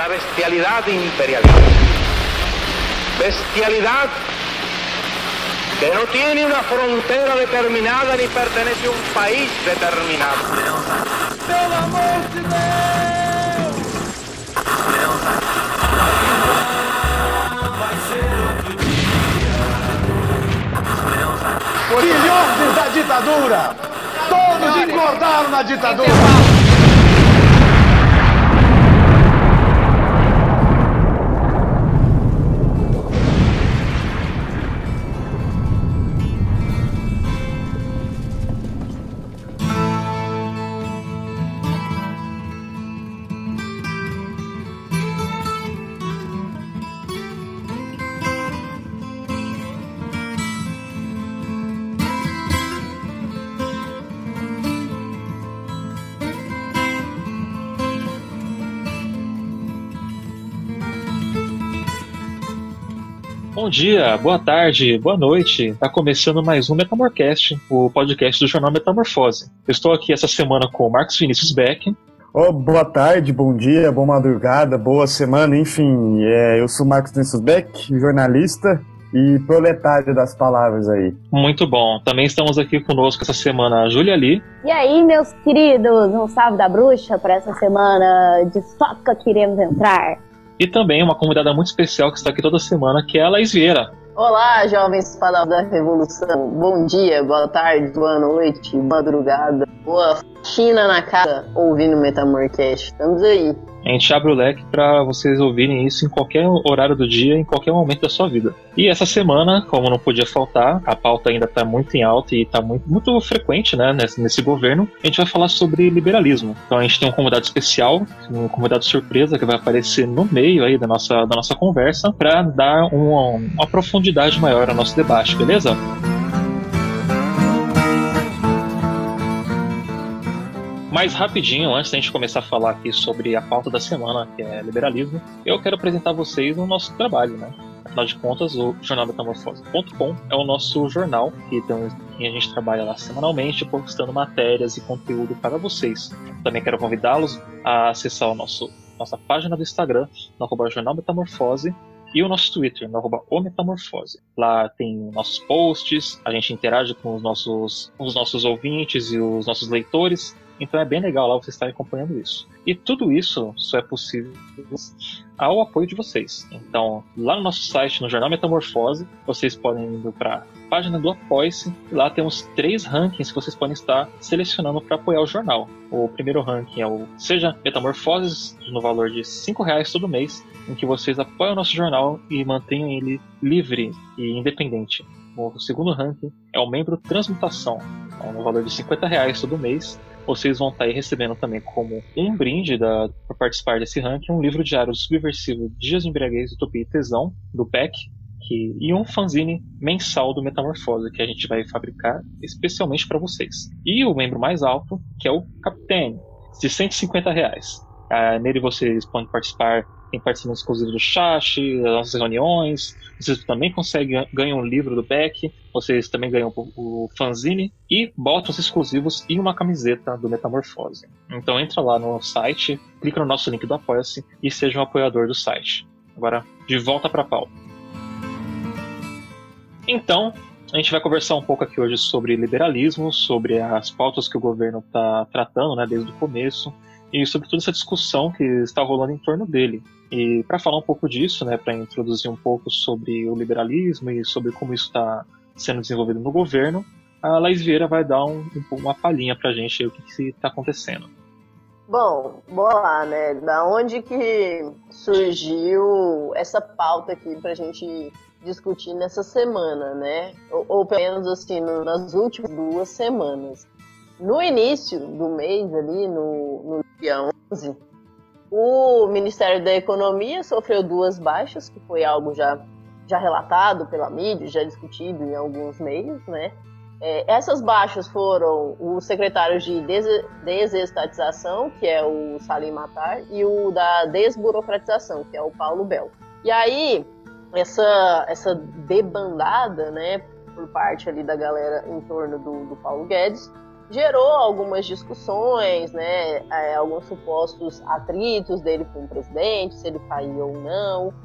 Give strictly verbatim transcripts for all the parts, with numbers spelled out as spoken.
la bestialidad imperialista. Bestialidad que no tiene una frontera determinada ni pertenece a un país determinado. ¡Pelo amor de Deus! Filhotes da ditadura! Todos engordaram na ditadura! Bom dia, boa tarde, boa noite. Tá começando mais um Metamorcast, o podcast do jornal Metamorfose. Eu estou aqui essa semana com o Marcos Vinícius Beck. Oh, boa tarde, bom dia, boa madrugada, boa semana, enfim. É, eu sou o Marcos Vinícius Beck, jornalista e proletário das palavras aí. Muito bom. Também estamos aqui conosco essa semana a Júlia Lee. E aí, meus queridos, um salve da bruxa para essa semana de soca que iremos entrar. E também uma convidada muito especial que está aqui toda semana, que é a Laís Vieira. Olá, jovens padrões da Revolução. Bom dia, boa tarde, boa noite, madrugada, boa faxina na casa, ouvindo o Metamorcast. Estamos aí. A gente abre o leque para vocês ouvirem isso em qualquer horário do dia, em qualquer momento da sua vida. E essa semana, como não podia faltar, a pauta ainda está muito em alta e está muito, muito frequente, né, nesse, nesse governo, a gente vai falar sobre liberalismo. Então a gente tem um convidado especial, um convidado surpresa que vai aparecer no meio aí da nossa, da nossa conversa para dar uma, uma profundidade maior ao nosso debate, beleza? Mas rapidinho, antes da gente começar a falar aqui sobre a pauta da semana, que é liberalismo, eu quero apresentar a vocês o nosso trabalho, né? Afinal de contas, o jornal metamorfose ponto com é o nosso jornal, que, então, que a gente trabalha lá semanalmente, postando matérias e conteúdo para vocês. Também quero convidá-los a acessar o nosso, nossa página do Instagram, no arroba jornal metamorfose, e o nosso Twitter, no arroba o Metamorfose. Lá tem nossos posts, a gente interage com os nossos, os nossos ouvintes e os nossos leitores. Então é bem legal lá você estar acompanhando isso. E tudo isso só é possível ao apoio de vocês. Então, lá no nosso site, no Jornal Metamorfose, vocês podem ir para a página do Apoie-se. Lá temos três rankings que vocês podem estar selecionando para apoiar o jornal. O primeiro ranking é o Seja Metamorfoses, no valor de cinco reais todo mês, em que vocês apoiam o nosso jornal e mantenham ele livre e independente. O segundo ranking é o Membro Transmutação, no valor de cinquenta reais todo mês. Vocês vão estar aí recebendo também como um brinde para participar desse ranking um livro diário do subversivo Dias de Embriaguez, Utopia e Tesão, do Beck, que, e um fanzine mensal do Metamorfose, que a gente vai fabricar especialmente para vocês. E o membro mais alto, que é o Capitão, de cento e cinquenta reais. Ah, nele vocês podem participar, tem participação exclusiva do chat, das nossas reuniões, vocês também conseguem ganhar um livro do Beck, vocês também ganham o, o fanzine e bônus exclusivos e uma camiseta do Metamorfose. Então entra lá no site, clica no nosso link do Apoia-se e seja um apoiador do site. Agora, de volta para a pauta. Então, a gente vai conversar um pouco aqui hoje sobre liberalismo, sobre as pautas que o governo está tratando, né, desde o começo, e sobre toda essa discussão que está rolando em torno dele. E para falar um pouco disso, né, para introduzir um pouco sobre o liberalismo e sobre como isso está sendo desenvolvido no governo, a Laís Vieira vai dar um, uma palhinha para a gente aí, o que está acontecendo. Bom, bora lá, né? Da onde que surgiu essa pauta aqui para a gente discutir nessa semana, né? Ou, ou pelo menos assim, no, nas últimas duas semanas. No início do mês, ali, no, no dia onze, o Ministério da Economia sofreu duas baixas, que foi algo já, já relatado pela mídia, já discutido em alguns meios, né? É, essas baixas foram o secretário de des- desestatização, que é o Salim Matar, e o da desburocratização, que é o Paulo Bel. E aí, essa, essa debandada, né, por parte ali da galera em torno do, do Paulo Guedes, gerou algumas discussões, né, é, alguns supostos atritos dele com o presidente, se ele caía ou não.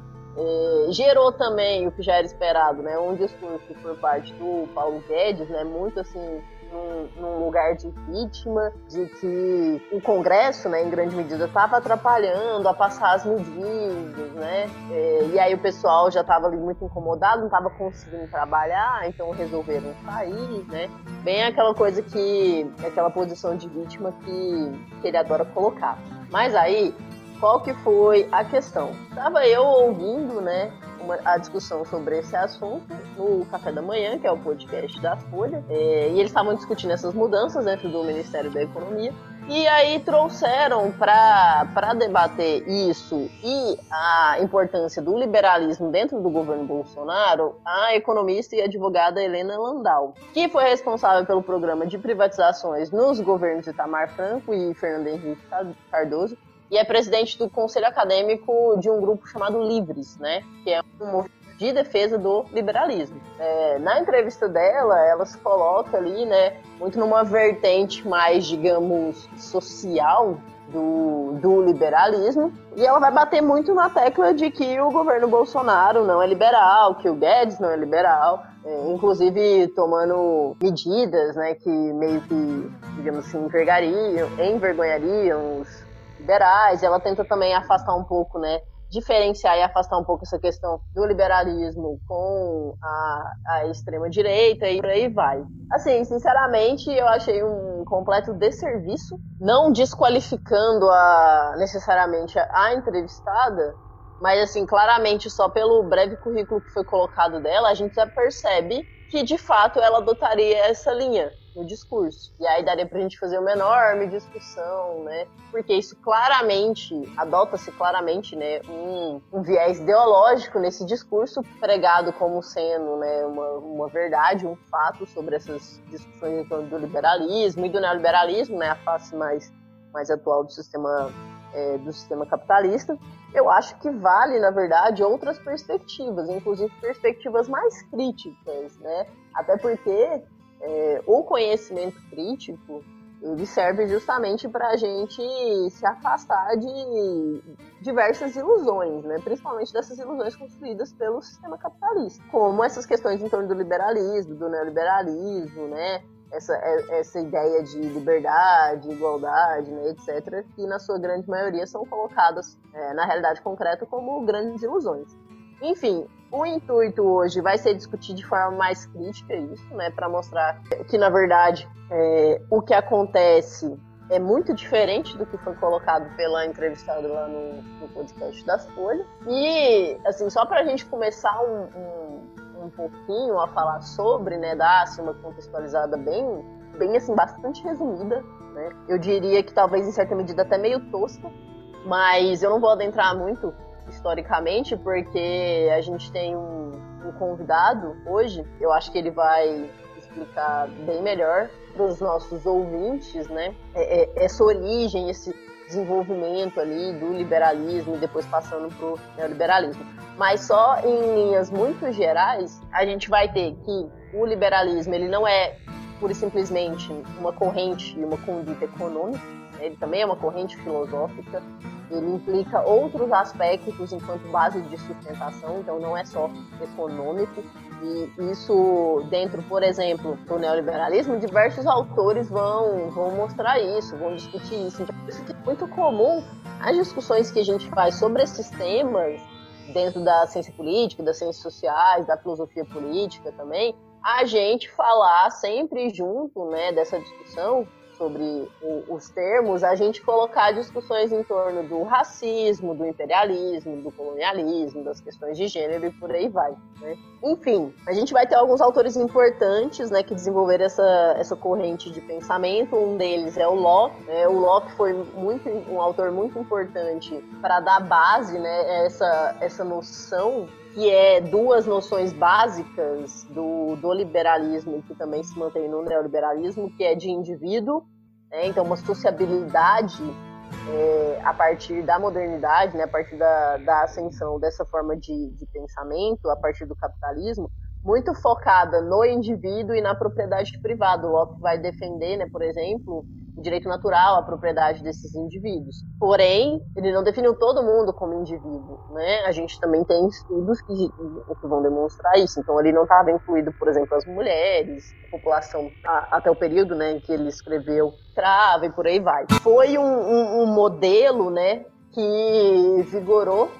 É, gerou também, o que já era esperado, né, um discurso por parte do Paulo Guedes, né, muito assim, num, num lugar de vítima, de que o Congresso, né, em grande medida, estava atrapalhando a passar as medidas, né, é, e aí o pessoal já estava ali muito incomodado, não estava conseguindo trabalhar, então resolveram sair, né, bem aquela coisa que, aquela posição de vítima que, que ele adora colocar. Mas aí, qual que foi a questão? Estava eu ouvindo, né, uma, a discussão sobre esse assunto no Café da Manhã, que é o podcast da Folha, é, e eles estavam discutindo essas mudanças dentro do Ministério da Economia, e aí trouxeram para debater isso e a importância do liberalismo dentro do governo Bolsonaro a economista e advogada Helena Landau, que foi responsável pelo programa de privatizações nos governos de Itamar Franco e Fernando Henrique Cardoso, e é presidente do Conselho Acadêmico de um grupo chamado Livres, né, que é um movimento de defesa do liberalismo. É, na entrevista dela, ela se coloca ali, né, muito numa vertente mais, digamos, social do, do liberalismo, e ela vai bater muito na tecla de que o governo Bolsonaro não é liberal, que o Guedes não é liberal, é, inclusive tomando medidas, né, que meio que, digamos assim, envergariam, envergonhariam os liberais. Ela tenta também afastar um pouco, né, diferenciar e afastar um pouco essa questão do liberalismo com a, a extrema-direita e por aí vai. Assim, sinceramente, eu achei um completo desserviço, não desqualificando a, necessariamente a, a entrevistada, mas, assim, claramente, só pelo breve currículo que foi colocado dela, a gente já percebe que, de fato, ela adotaria essa linha no discurso. E aí daria pra gente fazer uma enorme discussão, né? Porque isso claramente, adota-se claramente, né, um, um viés ideológico nesse discurso pregado como sendo, né, uma, uma verdade, um fato sobre essas discussões em torno do liberalismo e do neoliberalismo, né, a face mais, mais atual do sistema, é, do sistema capitalista. Eu acho que vale, na verdade, outras perspectivas, inclusive perspectivas mais críticas, né? Até porque É, o conhecimento crítico, ele serve justamente para a gente se afastar de diversas ilusões, né? Principalmente dessas ilusões construídas pelo sistema capitalista, como essas questões em torno do liberalismo, do neoliberalismo, né? Essa, essa ideia de liberdade, igualdade, né, etcétera, que na sua grande maioria são colocadas é, na realidade concreta como grandes ilusões. Enfim, o intuito hoje vai ser discutir de forma mais crítica isso, né, para mostrar que, na verdade, é, o que acontece é muito diferente do que foi colocado pela entrevistada lá no, no podcast das Folhas. E, assim, só para a gente começar um, um, um pouquinho a falar sobre, né, dar assim, uma contextualizada bem, bem, assim, bastante resumida, né, eu diria que talvez, em certa medida, até meio tosca, mas eu não vou adentrar muito historicamente, porque a gente tem um, um convidado hoje, eu acho que ele vai explicar bem melhor para os nossos ouvintes, né, é, é, essa origem, esse desenvolvimento ali do liberalismo e depois passando para o neoliberalismo. Mas só em linhas muito gerais, a gente vai ter que o liberalismo, ele não é pura e simplesmente uma corrente e uma conduta econômica, ele também é uma corrente filosófica, ele implica outros aspectos enquanto base de sustentação, então não é só econômico, e isso dentro, por exemplo, do neoliberalismo, diversos autores vão, vão mostrar isso, vão discutir isso. Então, isso é muito comum as discussões que a gente faz sobre esses temas, dentro da ciência política, das ciências sociais, da filosofia política também, a gente falar sempre junto, né, dessa discussão sobre o, os termos, a gente colocar discussões em torno do racismo, do imperialismo, do colonialismo, das questões de gênero e por aí vai, né? Enfim, a gente vai ter alguns autores importantes, né, que desenvolveram essa, essa corrente de pensamento. Um deles é o Locke, né? O Locke foi muito, um autor muito importante para dar base, né, essa, essa noção, que é duas noções básicas do, do liberalismo, que também se mantém no neoliberalismo, que é de indivíduo, né? Então uma sociabilidade é, a partir da modernidade, né? A partir da, da ascensão dessa forma de, de pensamento, a partir do capitalismo, muito focada no indivíduo e na propriedade privada. O Locke vai defender, né, por exemplo, o direito natural à propriedade desses indivíduos. Porém, ele não definiu todo mundo como indivíduo, né? A gente também tem estudos que, que vão demonstrar isso. Então, ele não estava incluído, por exemplo, as mulheres, a população a, até o período, né, em que ele escreveu, escrava e por aí vai. Foi um, um, um modelo, né, que vigorou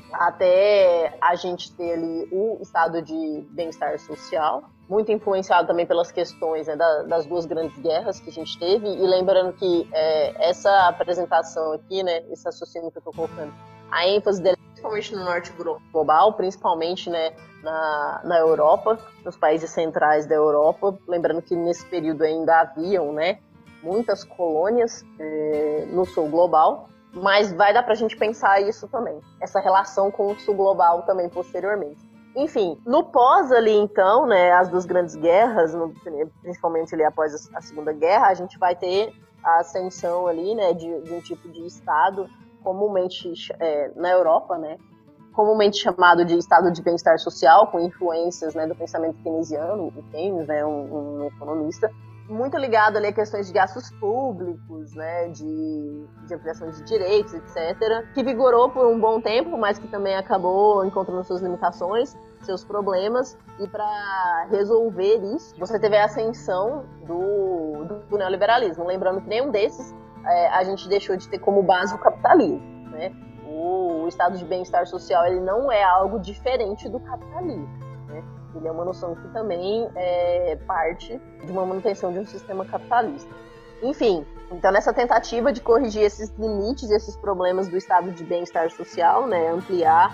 até a gente ter ali o estado de bem-estar social, muito influenciado também pelas questões, né, da, das duas grandes guerras que a gente teve. E lembrando que é, essa apresentação aqui, né, esse raciocínio que eu estou colocando, a ênfase dele principalmente no norte global, principalmente, né, na, na Europa, nos países centrais da Europa. Lembrando que nesse período ainda haviam, né, muitas colônias é, no sul global. Mas vai dar pra gente pensar isso também, essa relação com o sul global também posteriormente. Enfim, no pós ali então, né, as duas grandes guerras, no, principalmente ali após a Segunda Guerra, a gente vai ter a ascensão ali, né, de, de um tipo de estado comumente é, na Europa, né, comumente chamado de estado de bem-estar social, com influências, né, do pensamento keynesiano, o Keynes, né, um, um economista, muito ligado ali a questões de gastos públicos, né, de, de ampliação de direitos, etcétera, que vigorou por um bom tempo, mas que também acabou encontrando suas limitações, seus problemas, e para resolver isso, você teve a ascensão do, do, do neoliberalismo. Lembrando que nenhum desses é, a gente deixou de ter como base o capitalismo, né? O, o estado de bem-estar social, ele não é algo diferente do capitalismo. Ele é uma noção que também é parte de uma manutenção de um sistema capitalista. Enfim, então nessa tentativa de corrigir esses limites, esses problemas do estado de bem-estar social, né, ampliar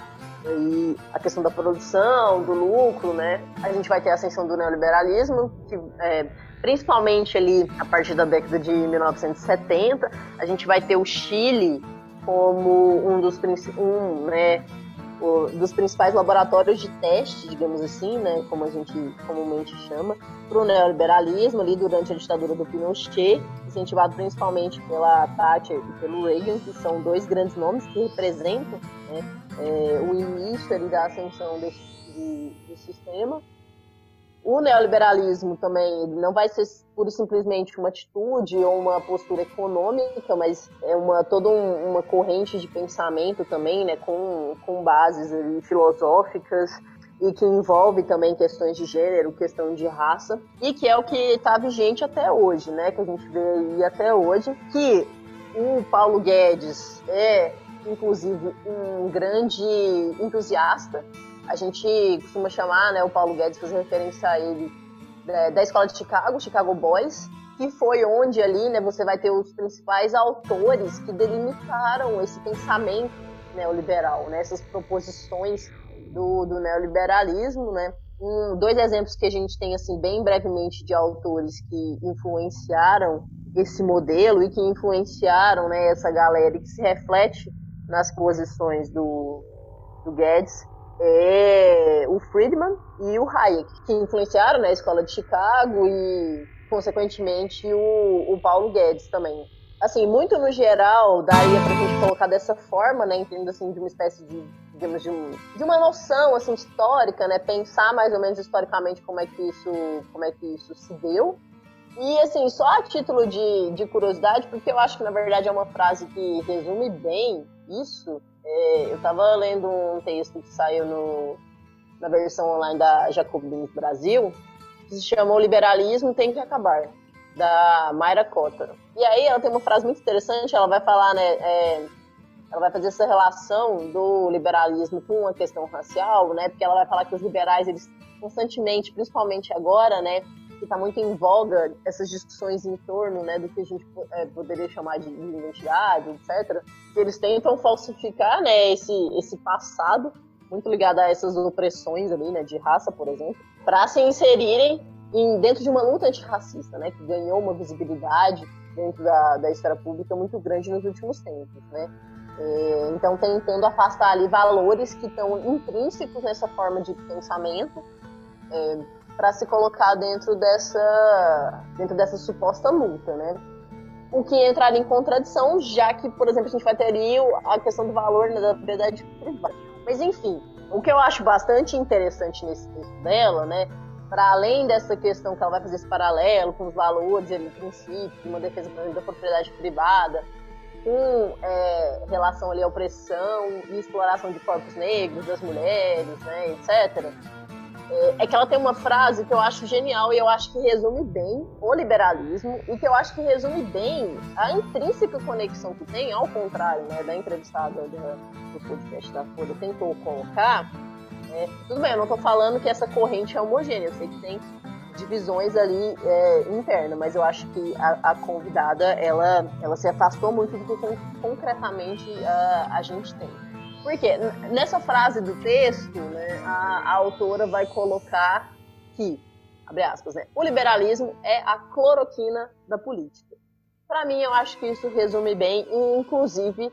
aí a questão da produção, do lucro, né, a gente vai ter a ascensão do neoliberalismo, que é, principalmente ali a partir da década de mil novecentos e setenta, a gente vai ter o Chile como um dos um, né, dos principais laboratórios de teste, digamos assim, né, como a gente comumente chama, para o neoliberalismo ali durante a ditadura do Pinochet, incentivado principalmente pela Thatcher e pelo Reagan, que são dois grandes nomes que representam, né, é, o início ali da ascensão desse, de, desse sistema. O neoliberalismo também não vai ser pura e simplesmente uma atitude ou uma postura econômica, mas é uma, toda um, uma corrente de pensamento também, né, com, com bases ali filosóficas e que envolve também questões de gênero, questão de raça, e que é o que está vigente até hoje, né, que a gente vê aí até hoje, que o Paulo Guedes é, inclusive, um grande entusiasta. A gente costuma chamar, né, o Paulo Guedes, fazer referência a ele, é, da escola de Chicago, Chicago Boys, que foi onde ali, né, você vai ter os principais autores que delimitaram esse pensamento neoliberal, né, essas proposições do, do neoliberalismo, né. Um, dois exemplos que a gente tem, assim, bem brevemente, de autores que influenciaram esse modelo e que influenciaram, né, essa galera e que se reflete nas posições do, do Guedes, é o Friedman e o Hayek, que influenciaram, né, a escola de Chicago e, consequentemente, o, o Paulo Guedes também. Assim, muito no geral, daria pra gente colocar dessa forma, né, entendendo, assim, de uma espécie de, digamos, de, um, de uma noção, assim, histórica, né, pensar mais ou menos historicamente como é que isso, como é que isso se deu. E, assim, só a título de, de curiosidade, porque eu acho que, na verdade, é uma frase que resume bem isso. É, eu estava lendo um texto que saiu no, na versão online da Jacobins Brasil, que se chama O Liberalismo Tem que Acabar, da Mayra Cota. E aí ela tem uma frase muito interessante, ela vai falar, né, é, ela vai fazer essa relação do liberalismo com a questão racial, né, porque ela vai falar que os liberais, eles constantemente, principalmente agora, né, que está muito em voga essas discussões em torno, né, do que a gente é, poderia chamar de identidade, etcétera, que eles tentam falsificar, né, esse, esse passado, muito ligado a essas opressões ali, né, de raça, por exemplo, para se inserirem em, dentro de uma luta antirracista, né, que ganhou uma visibilidade dentro da, da esfera pública muito grande nos últimos tempos, né. É, então, tentando afastar ali valores que estão intrínsecos nessa forma de pensamento, é, para se colocar dentro dessa, dentro dessa suposta luta, né? O que entraria em contradição, já que, por exemplo, a gente vai ter ali a questão do valor, né, da propriedade privada. Mas, enfim, o que eu acho bastante interessante nesse texto dela, né, para além dessa questão que ela vai fazer esse paralelo com os valores e princípios, uma defesa da propriedade privada, com é, relação ali à opressão e exploração de corpos negros, das mulheres, né, etcétera, é, é que ela tem uma frase que eu acho genial e eu acho que resume bem o liberalismo e que eu acho que resume bem a intrínseca conexão que tem, ao contrário, né, da entrevistada do, do podcast da Folha tentou colocar. É, tudo bem, eu não estou falando que essa corrente é homogênea, eu sei que tem divisões ali é, internas, mas eu acho que a, a convidada, ela, ela se afastou muito do que con- concretamente a, a gente tem. Porque nessa frase do texto, né, a, a autora vai colocar que, abre aspas, né, o liberalismo é a cloroquina da política. Para mim, eu acho que isso resume bem e, inclusive,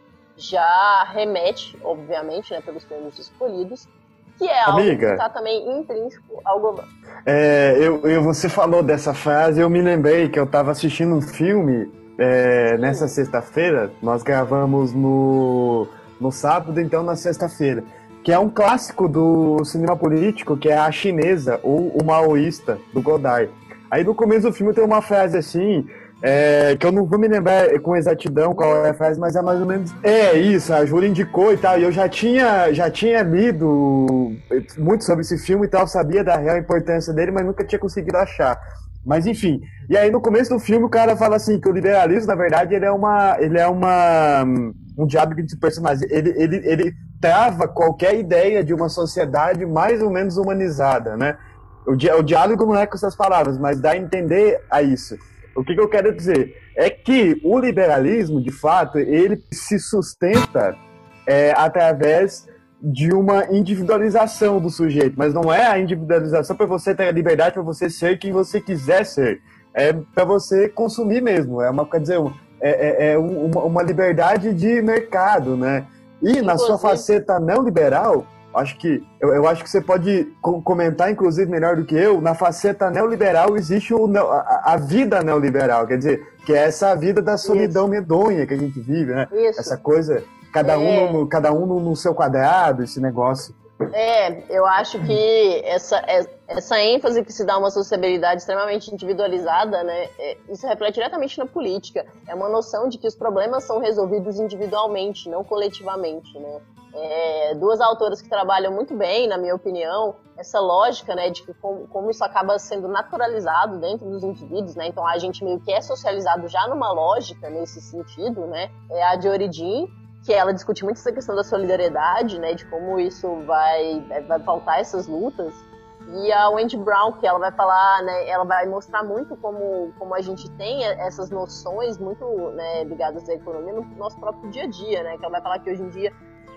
já remete, obviamente, né, pelos termos escolhidos, que é algo Amiga, que está também intrínseco ao governo. É, eu, eu, você falou dessa frase, eu me lembrei que eu estava assistindo um filme é, nessa sexta-feira, nós gravamos no, no sábado, então na sexta-feira, que é um clássico do cinema político, que é A Chinesa, ou O Maoísta, do Godard. Aí no começo do filme tem uma frase assim... É, que eu não vou me lembrar com exatidão qual é a frase, mas é mais ou menos... É, isso, a Júlia indicou e tal, e eu já tinha, já tinha lido muito sobre esse filme e tal, sabia da real importância dele, mas nunca tinha conseguido achar. Mas enfim, e aí no começo do filme o cara fala assim, que o liberalismo, na verdade, ele é uma... Ele é uma um diálogo de personagens. Ele, ele, ele trava qualquer ideia de uma sociedade mais ou menos humanizada, né? O, di, o diálogo não é com essas palavras, mas dá a entender a isso. O que, que eu quero dizer é que o liberalismo, de fato, ele se sustenta é, através de uma individualização do sujeito, mas não é a individualização para você ter a liberdade para você ser quem você quiser ser, é para você consumir mesmo, é uma, quer dizer, é, é, é uma, uma liberdade de mercado, né? E na sua faceta não liberal, acho que, eu, eu acho que você pode comentar, inclusive, melhor do que eu, na faceta neoliberal existe o, a, a vida neoliberal, quer dizer, que é essa vida da solidão Isso. medonha que a gente vive, né? Isso. Essa coisa, cada, é. um no, cada um no seu quadrado, esse negócio. É, eu acho que essa, essa ênfase que se dá a uma sociabilidade extremamente individualizada, né, é, isso reflete diretamente na política. É uma noção de que os problemas são resolvidos individualmente, não coletivamente, né? É, duas autoras que trabalham muito bem, na minha opinião, essa lógica, né, de que como, como isso acaba sendo naturalizado dentro dos indivíduos, né, então a gente meio que é socializado já numa lógica nesse sentido, né, é a de Origin, que ela discute muito essa questão da solidariedade, né, de como isso vai, vai pautar essas lutas, e a Wendy Brown, que ela vai falar, né, ela vai mostrar muito como, como a gente tem essas noções muito, né, ligadas à economia no nosso próprio dia a dia, né, que ela vai falar que hoje em dia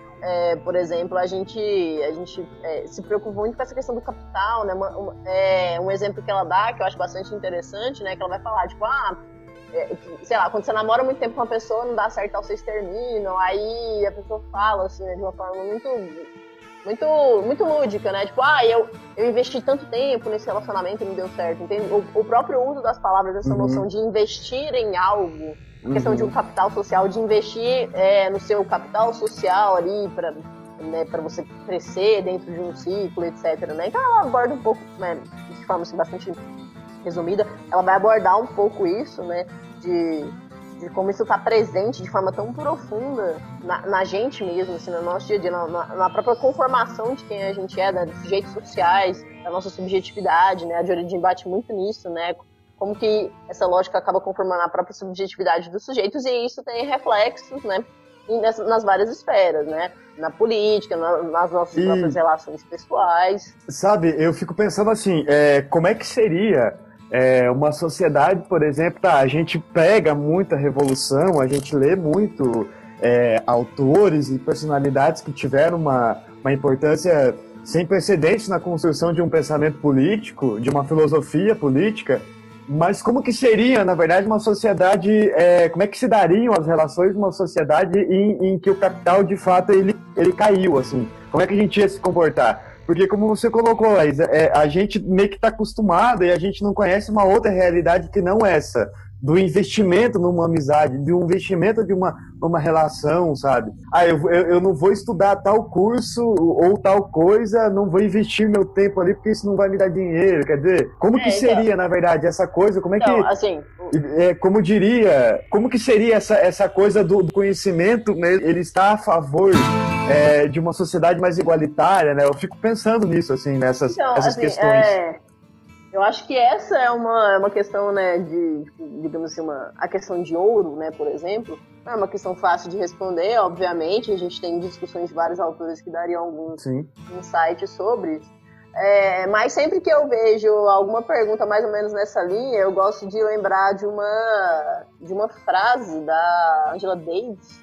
É, por exemplo, a gente, a gente é, se preocupa muito com essa questão do capital, né? Uma, uma, é, um exemplo que ela dá, que eu acho bastante interessante, né? Que ela vai falar, tipo, ah, é, sei lá, quando você namora muito tempo com uma pessoa, não dá certo, vocês terminam, aí a pessoa fala, assim, né, de uma forma muito, muito, muito lúdica, né? Tipo, ah, eu, eu investi tanto tempo nesse relacionamento e não deu certo, entende? O, o próprio uso das palavras, essa uhum. noção de investir em algo, a questão uhum. de um capital social, de investir é, no seu capital social ali para, né, para você crescer dentro de um ciclo, etcétera. Né? Então ela aborda um pouco, né, de forma assim, bastante resumida, ela vai abordar um pouco isso, né, de, de como isso está presente de forma tão profunda na, na gente mesmo, assim, no nosso dia a dia, na, na própria conformação de quem a gente é, né, dos sujeitos sociais, da nossa subjetividade, né, a de Origin bate muito nisso, né, como que essa lógica acaba conformando a própria subjetividade dos sujeitos, e isso tem reflexos, né, nas, nas várias esferas, né, na política, na, nas nossas e, próprias relações pessoais. Sabe, eu fico pensando assim, é, como é que seria é, uma sociedade, por exemplo, tá, a gente pega muita revolução, a gente lê muito é, autores e personalidades que tiveram uma, uma importância sem precedentes na construção de um pensamento político, de uma filosofia política. Mas como que seria, na verdade, uma sociedade, é, como é que se dariam as relações de uma sociedade em, em que o capital, de fato, ele, ele caiu, assim? Como é que a gente ia se comportar? Porque, como você colocou, Laís, é, a gente meio que está acostumado e a gente não conhece uma outra realidade que não essa, do investimento numa amizade, do investimento de uma, uma relação, sabe? Ah, eu, eu, eu não vou estudar tal curso ou tal coisa, não vou investir meu tempo ali porque isso não vai me dar dinheiro, quer dizer, como É, que então. seria, na verdade, essa coisa, como é Então, que, assim, é, como diria, como que seria essa, essa coisa do, do conhecimento, né? Ele está a favor é, de uma sociedade mais igualitária, né? Eu fico pensando nisso, assim, nessas então, essas assim, questões. é, eu acho que essa é uma, é uma questão, né, de, digamos assim, uma, a questão de ouro, né, por exemplo, não é uma questão fácil de responder, obviamente, a gente tem discussões de vários autores que dariam alguns Sim. insights sobre isso, é, mas sempre que eu vejo alguma pergunta mais ou menos nessa linha, eu gosto de lembrar de uma, de uma frase da Angela Davis.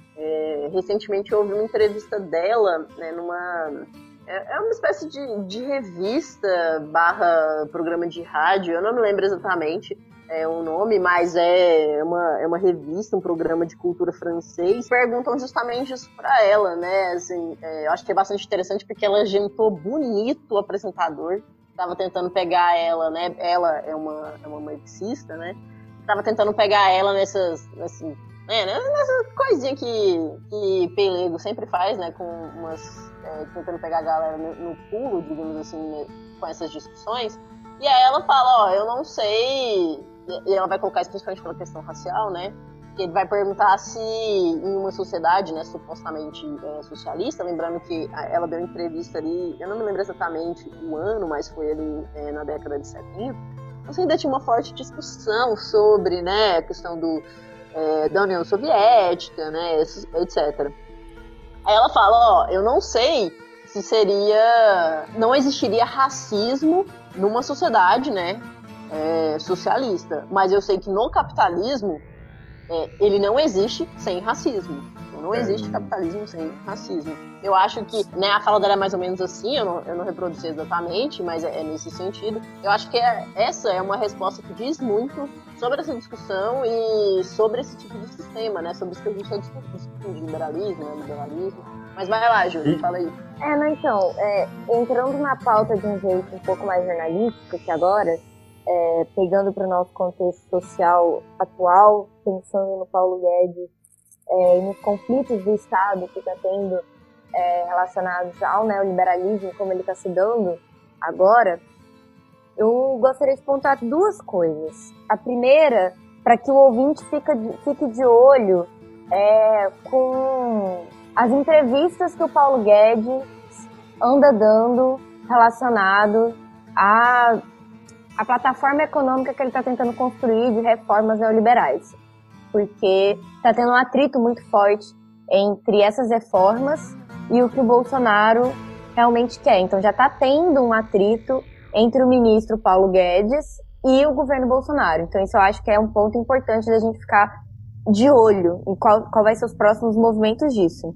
É, recentemente eu ouvi uma entrevista dela, né, numa... É uma espécie de, de revista barra programa de rádio, eu não me lembro exatamente é, o nome, mas é uma, é uma revista, um programa de cultura francês. Perguntam justamente isso pra ela, né? Assim, é, eu acho que é bastante interessante porque ela jantou bonito o apresentador, tava tentando pegar ela, né? Ela é uma, é uma marxista, né? Tava tentando pegar ela nessas... nessas É, nessa coisinha que, que pelego sempre faz, né, com umas, é, tentando pegar a galera no, no pulo, digamos assim, né, com essas discussões, e aí ela fala, ó, eu não sei, e ela vai colocar isso principalmente pela questão racial, né, que ele vai perguntar se em uma sociedade, né, supostamente é, socialista, lembrando que ela deu entrevista ali, eu não me lembro exatamente o ano, mas foi ali é, na década de setenta, então ainda tinha uma forte discussão sobre, né, a questão do É, da União Soviética, né, etcétera. Aí ela fala, ó, eu não sei se seria, não existiria racismo numa sociedade, né, é, socialista, mas eu sei que no capitalismo é, ele não existe sem racismo. Não existe capitalismo sem racismo. Eu acho que, né, a fala dela é mais ou menos assim, eu não, eu não reproduzi exatamente, mas é, é nesse sentido. Eu acho que é, essa é uma resposta que diz muito sobre essa discussão e sobre esse tipo de sistema, né, sobre isso que a gente está discutindo, de liberalismo, né, liberalismo. Mas vai lá, Júlio, fala aí. É, não, então, é, entrando na pauta de um jeito um pouco mais jornalístico que agora, é, pegando para o nosso contexto social atual, pensando no Paulo Guedes, É, nos conflitos do Estado que está tendo é, relacionados ao neoliberalismo, como ele está se dando agora, eu gostaria de pontuar duas coisas. A primeira, para que o ouvinte fique de, fique de olho é, com as entrevistas que o Paulo Guedes anda dando relacionado à, à plataforma econômica que ele está tentando construir de reformas neoliberais. Porque está tendo um atrito muito forte entre essas reformas e o que o Bolsonaro realmente quer. Então já está tendo um atrito entre o ministro Paulo Guedes e o governo Bolsonaro. Então isso eu acho que é um ponto importante da gente ficar de olho em qual, qual vai ser os próximos movimentos disso.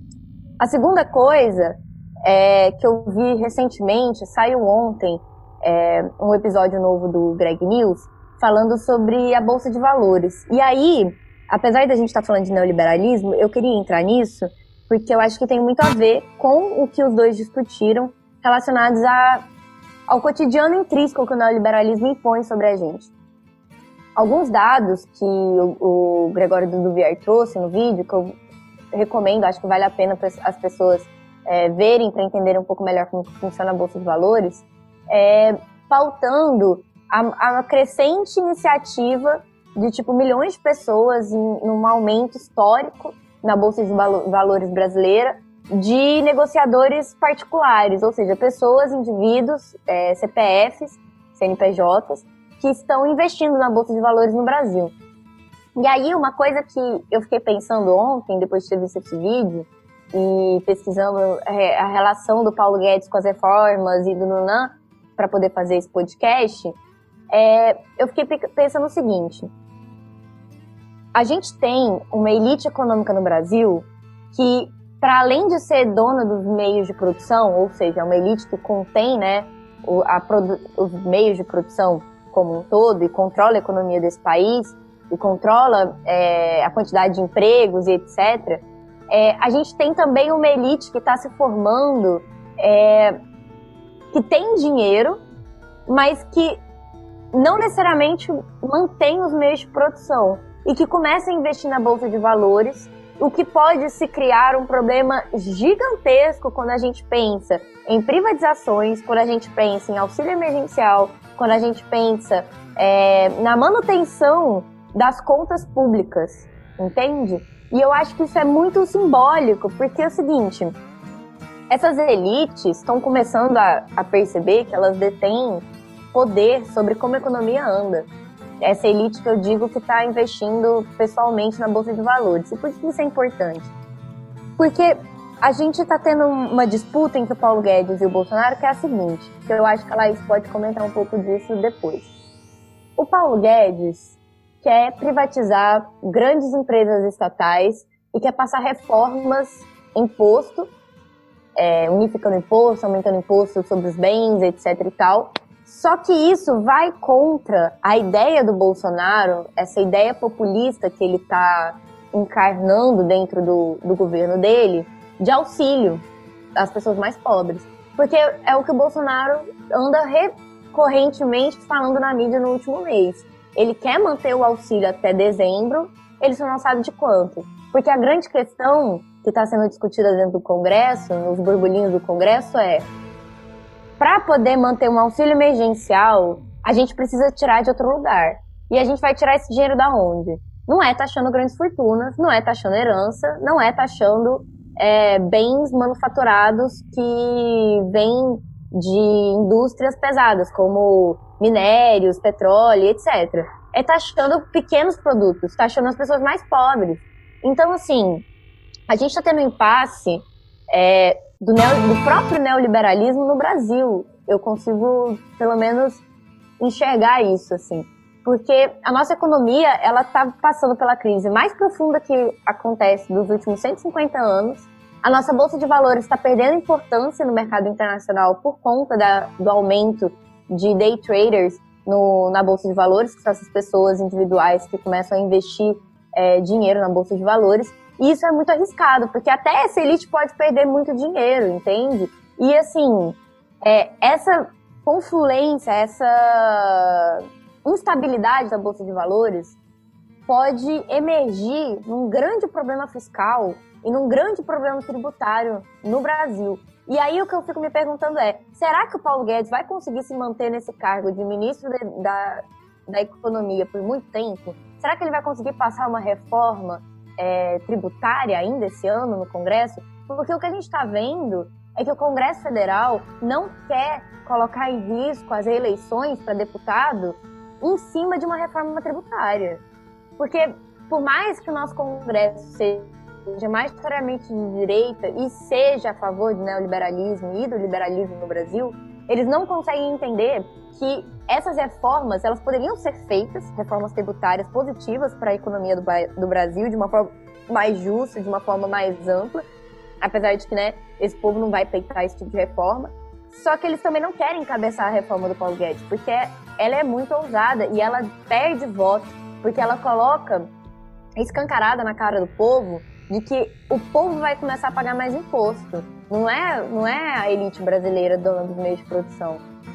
A segunda coisa é que eu vi recentemente, saiu ontem, é, um episódio novo do Greg News, falando sobre a Bolsa de Valores. E aí, apesar da gente estar falando de neoliberalismo, eu queria entrar nisso, porque eu acho que tem muito a ver com o que os dois discutiram, relacionados a, ao cotidiano intrínseco que o neoliberalismo impõe sobre a gente. Alguns dados que o, o Gregório Duvier trouxe no vídeo, que eu recomendo, acho que vale a pena as pessoas é, verem para entenderem um pouco melhor como funciona a Bolsa de Valores, é, pautando a, a crescente iniciativa de tipo milhões de pessoas em, num aumento histórico na Bolsa de Valores brasileira de negociadores particulares, ou seja, pessoas, indivíduos, é, C P Fs, C N P Js, que estão investindo na Bolsa de Valores no Brasil. E aí uma coisa que eu fiquei pensando ontem, depois de ter visto esse vídeo, e pesquisando a relação do Paulo Guedes com as reformas e do Nunan, para poder fazer esse podcast, É, eu fiquei pensando o seguinte: a gente tem uma elite econômica no Brasil que, para além de ser dona dos meios de produção, ou seja, uma elite que contém, né, o, a produ- os meios de produção como um todo e controla a economia desse país e controla é, a quantidade de empregos e etcétera, é, a gente tem também uma elite que está se formando, é, que tem dinheiro, mas que não necessariamente mantém os meios de produção e que começa a investir na Bolsa de Valores, o que pode se criar um problema gigantesco quando a gente pensa em privatizações, quando a gente pensa em auxílio emergencial, quando a gente pensa é, na manutenção das contas públicas, entende? E eu acho que isso é muito simbólico, porque é o seguinte, essas elites estão começando a, a perceber que elas detêm poder sobre como a economia anda. Essa elite que eu digo que está investindo pessoalmente na Bolsa de Valores. E por que isso é importante? Porque a gente está tendo uma disputa entre o Paulo Guedes e o Bolsonaro que é a seguinte, que eu acho que a Laís pode comentar um pouco disso depois. O Paulo Guedes quer privatizar grandes empresas estatais e quer passar reformas em imposto, é, unificando imposto, aumentando imposto sobre os bens, etc e tal. Só que isso vai contra a ideia do Bolsonaro, essa ideia populista que ele está encarnando dentro do, do governo dele, de auxílio às pessoas mais pobres. Porque é o que o Bolsonaro anda recorrentemente falando na mídia no último mês. Ele quer manter o auxílio até dezembro, ele só não sabe de quanto. Porque a grande questão que está sendo discutida dentro do Congresso, nos burburinhos do Congresso, é: para poder manter um auxílio emergencial, a gente precisa tirar de outro lugar. E a gente vai tirar esse dinheiro da onde? Não é taxando grandes fortunas, não é taxando herança, não é taxando é, bens manufaturados que vêm de indústrias pesadas, como minérios, petróleo, etcétera. É taxando pequenos produtos, taxando as pessoas mais pobres. Então, assim, a gente está tendo um impasse é, do, neo, do próprio neoliberalismo no Brasil. Eu consigo, pelo menos, enxergar isso, assim. Porque a nossa economia, ela está passando pela crise mais profunda que acontece dos últimos cento e cinquenta anos. A nossa Bolsa de Valores está perdendo importância no mercado internacional por conta da, do aumento de day traders no, na Bolsa de Valores, que são essas pessoas individuais que começam a investir é, dinheiro na Bolsa de Valores. E isso é muito arriscado, porque até essa elite pode perder muito dinheiro, entende? E, assim, é, essa confluência, essa instabilidade da Bolsa de Valores pode emergir num grande problema fiscal e num grande problema tributário no Brasil. E aí o que eu fico me perguntando é, será que o Paulo Guedes vai conseguir se manter nesse cargo de ministro de, da, da Economia por muito tempo? Será que ele vai conseguir passar uma reforma é, tributária ainda esse ano no Congresso? Porque o que a gente está vendo é que o Congresso Federal não quer colocar em risco as reeleições para deputado em cima de uma reforma tributária. Porque por mais que o nosso Congresso seja seja majoritariamente de direita e seja a favor do neoliberalismo e do liberalismo no Brasil, eles não conseguem entender que essas reformas, elas poderiam ser feitas, reformas tributárias positivas para a economia do, do Brasil, de uma forma mais justa, de uma forma mais ampla, apesar de que, né, esse povo não vai peitar esse tipo de reforma. Só que eles também não querem encabeçar a reforma do Paulo Guedes, porque ela é muito ousada e ela perde voto, porque ela coloca escancarada na cara do povo de que o povo vai começar a pagar mais imposto. Não é, não é a elite brasileira dona dos meios de produção.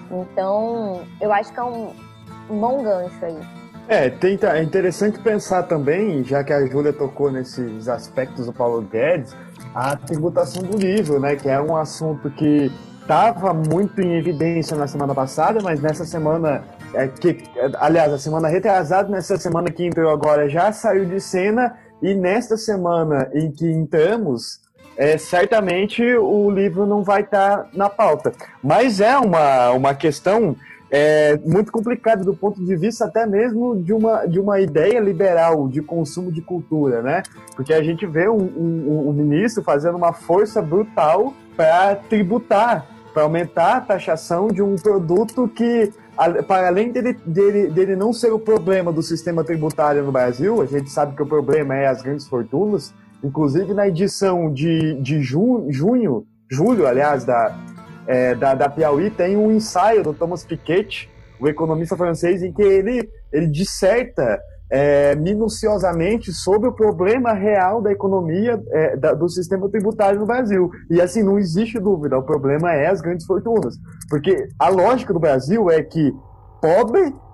Então, eu acho que é um, um bom gancho aí. É, tenta, é interessante pensar também, já que a Júlia tocou nesses aspectos do Paulo Guedes, a tributação do livro, né, que é um assunto que estava muito em evidência na semana passada, mas nessa semana, é, que, aliás, a semana retrasada, nessa semana que entrou agora, já saiu de cena. E nesta semana em que entramos, é, certamente o livro não vai estar na pauta. Mas é uma, uma questão é, muito complicada do ponto de vista até mesmo de uma, de uma ideia liberal de consumo de cultura, né? Porque a gente vê um, um, um ministro fazendo uma força brutal para tributar, para aumentar a taxação de um produto que, para além dele, dele, dele não ser o problema do sistema tributário no Brasil, a gente sabe que o problema é as grandes fortunas. Inclusive na edição de, de ju, junho, julho, aliás, da, é, da, da Piauí, tem um ensaio do Thomas Piketty, o economista francês, em que ele, ele disserta é, minuciosamente sobre o problema real da economia, é, da, do sistema tributário no Brasil. E assim, não existe dúvida, o problema é as grandes fortunas. Porque a lógica do Brasil é que pobre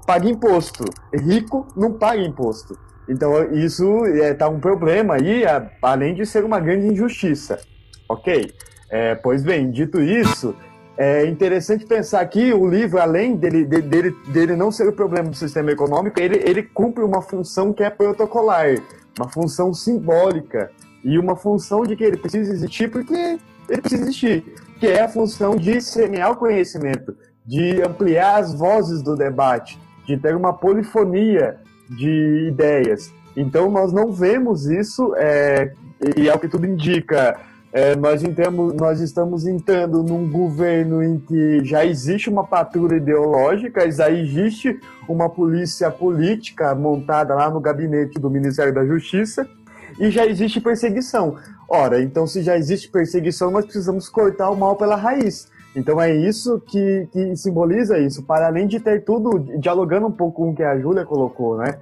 paga imposto. Rico não paga imposto. Então isso é, tá um problema aí, a, além de ser uma grande injustiça. Ok? É, pois bem, dito isso, é interessante pensar que o livro, além dele, dele, dele não ser o problema do sistema econômico, ele, ele cumpre uma função que é protocolar, uma função simbólica e uma função de que ele precisa existir porque ele precisa existir, que é a função de semear o conhecimento, de ampliar as vozes do debate, de ter uma polifonia de ideias. Então nós não vemos isso, é, e é o que tudo indica, é, nós, entramos, nós estamos entrando num governo em que já existe uma patrulha ideológica, já existe uma polícia política montada lá no gabinete do Ministério da Justiça, e já existe perseguição. Ora, então se já existe perseguição, nós precisamos cortar o mal pela raiz. Então é isso que, que simboliza isso, para além de ter tudo, dialogando um pouco com o que a Júlia colocou, né?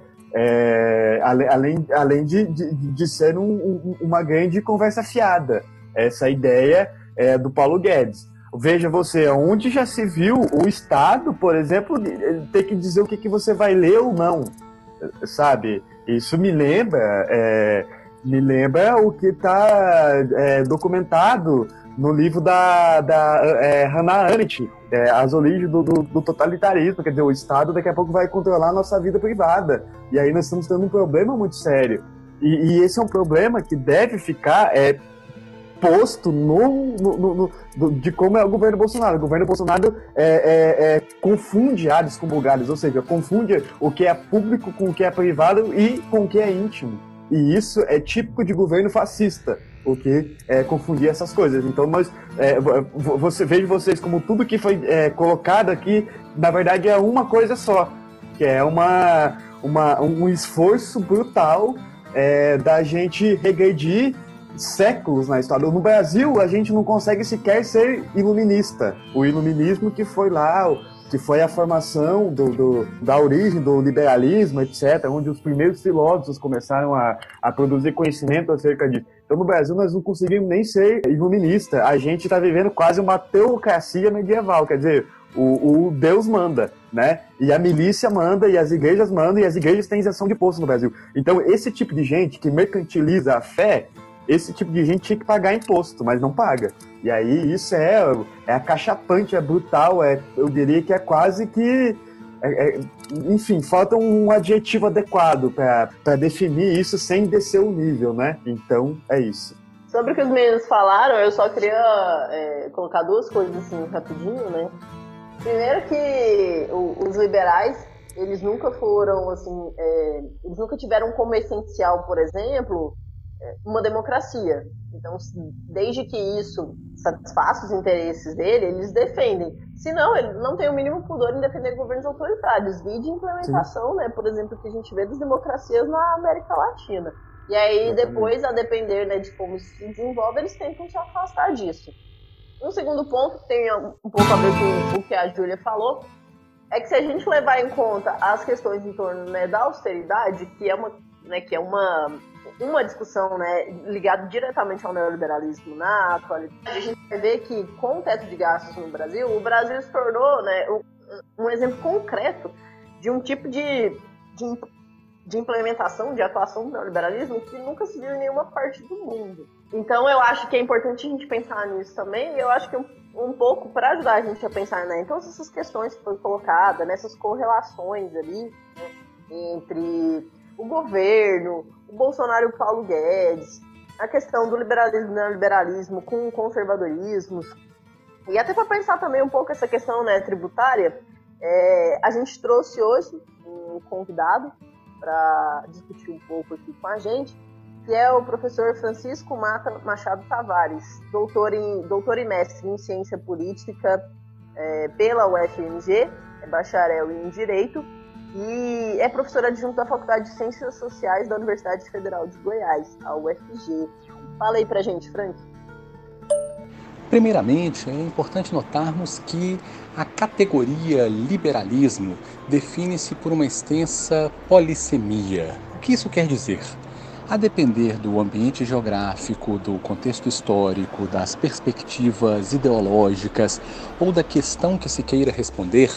É, além, além de, de, de ser um, um, uma grande conversa fiada, essa ideia é do Paulo Guedes. Veja você, onde já se viu o Estado, por exemplo, ter que dizer o que, que você vai ler ou não, sabe? Isso me lembra, é, me lembra o que está é, documentado no livro da, da é, Hannah Arendt, é, As Origens do, do, do Totalitarismo. Quer dizer, o Estado daqui a pouco vai controlar a nossa vida privada. E aí nós estamos tendo um problema muito sério. E, e esse é um problema que deve ficar é, posto no, no, no, no, de como é o governo Bolsonaro. O governo Bolsonaro é, é, é, confunde ares com vulgares, ou seja, confunde o que é público com o que é privado e com o que é íntimo. E isso é típico de governo fascista, o que é confundir essas coisas. Então, nós, é, você veja vocês como tudo que foi é, colocado aqui, na verdade, é uma coisa só, que é uma, uma, um esforço brutal é, da gente regredir séculos na história. No Brasil, a gente não consegue sequer ser iluminista. O iluminismo que foi lá, que foi a formação do, do, da origem do liberalismo, etcétera, onde os primeiros filósofos começaram a, a produzir conhecimento acerca disso. Então, no Brasil, nós não conseguimos nem ser iluminista. A gente está vivendo quase uma teocracia medieval, quer dizer, o, o Deus manda, né? E a milícia manda, e as igrejas mandam, e as igrejas têm isenção de imposto no Brasil. Então, esse tipo de gente que mercantiliza a fé, esse tipo de gente tinha que pagar imposto, mas não paga. E aí isso é, é acachapante, é brutal, é, eu diria que é quase que... É, é, enfim, falta um adjetivo adequado para definir isso sem descer o nível, né? Então, é isso. Sobre o que os meninos falaram, eu só queria é, colocar duas coisas assim, rapidinho, né? Primeiro que o, os liberais, eles nunca foram, assim, é, eles nunca tiveram como essencial, por exemplo, uma democracia. Então, desde que isso satisfaça os interesses dele, eles defendem. Se não, ele não tem o mínimo pudor em defender governos autoritários. Vide implementação, né, por exemplo, que a gente vê das democracias na América Latina. E aí, depois, a depender, né, de como isso se desenvolve, eles tentam se afastar disso. Um segundo ponto, que tem um pouco a ver com o que a Júlia falou, é que se a gente levar em conta as questões em torno, né, da austeridade, que é uma, né, que é uma, uma discussão, né, ligada diretamente ao neoliberalismo na atualidade, a gente vai ver que com o teto de gastos no Brasil, o Brasil se tornou, né, um, um exemplo concreto de um tipo de, de, de implementação, de atuação do neoliberalismo que nunca se viu em nenhuma parte do mundo. Então eu acho que é importante a gente pensar nisso também, e eu acho que um, um pouco para ajudar a gente a pensar, né, em todas essas questões que foram colocadas, nessas correlações ali, né, entre o governo, o Bolsonaro e o Paulo Guedes, a questão do liberalismo e neoliberalismo com o conservadorismo, e até para pensar também um pouco essa questão, né, tributária, é, a gente trouxe hoje um convidado para discutir um pouco aqui com a gente, que é o professor Francisco Mata Machado Tavares, doutor, em, doutor e mestre em Ciência Política é, pela U F M G, é bacharel em Direito e é professor adjunto da Faculdade de Ciências Sociais da Universidade Federal de Goiás, a U F G. Fala aí pra gente, Frank. Primeiramente, é importante notarmos que a categoria liberalismo define-se por uma extensa polissemia. O que isso quer dizer? A depender do ambiente geográfico, do contexto histórico, das perspectivas ideológicas ou da questão que se queira responder,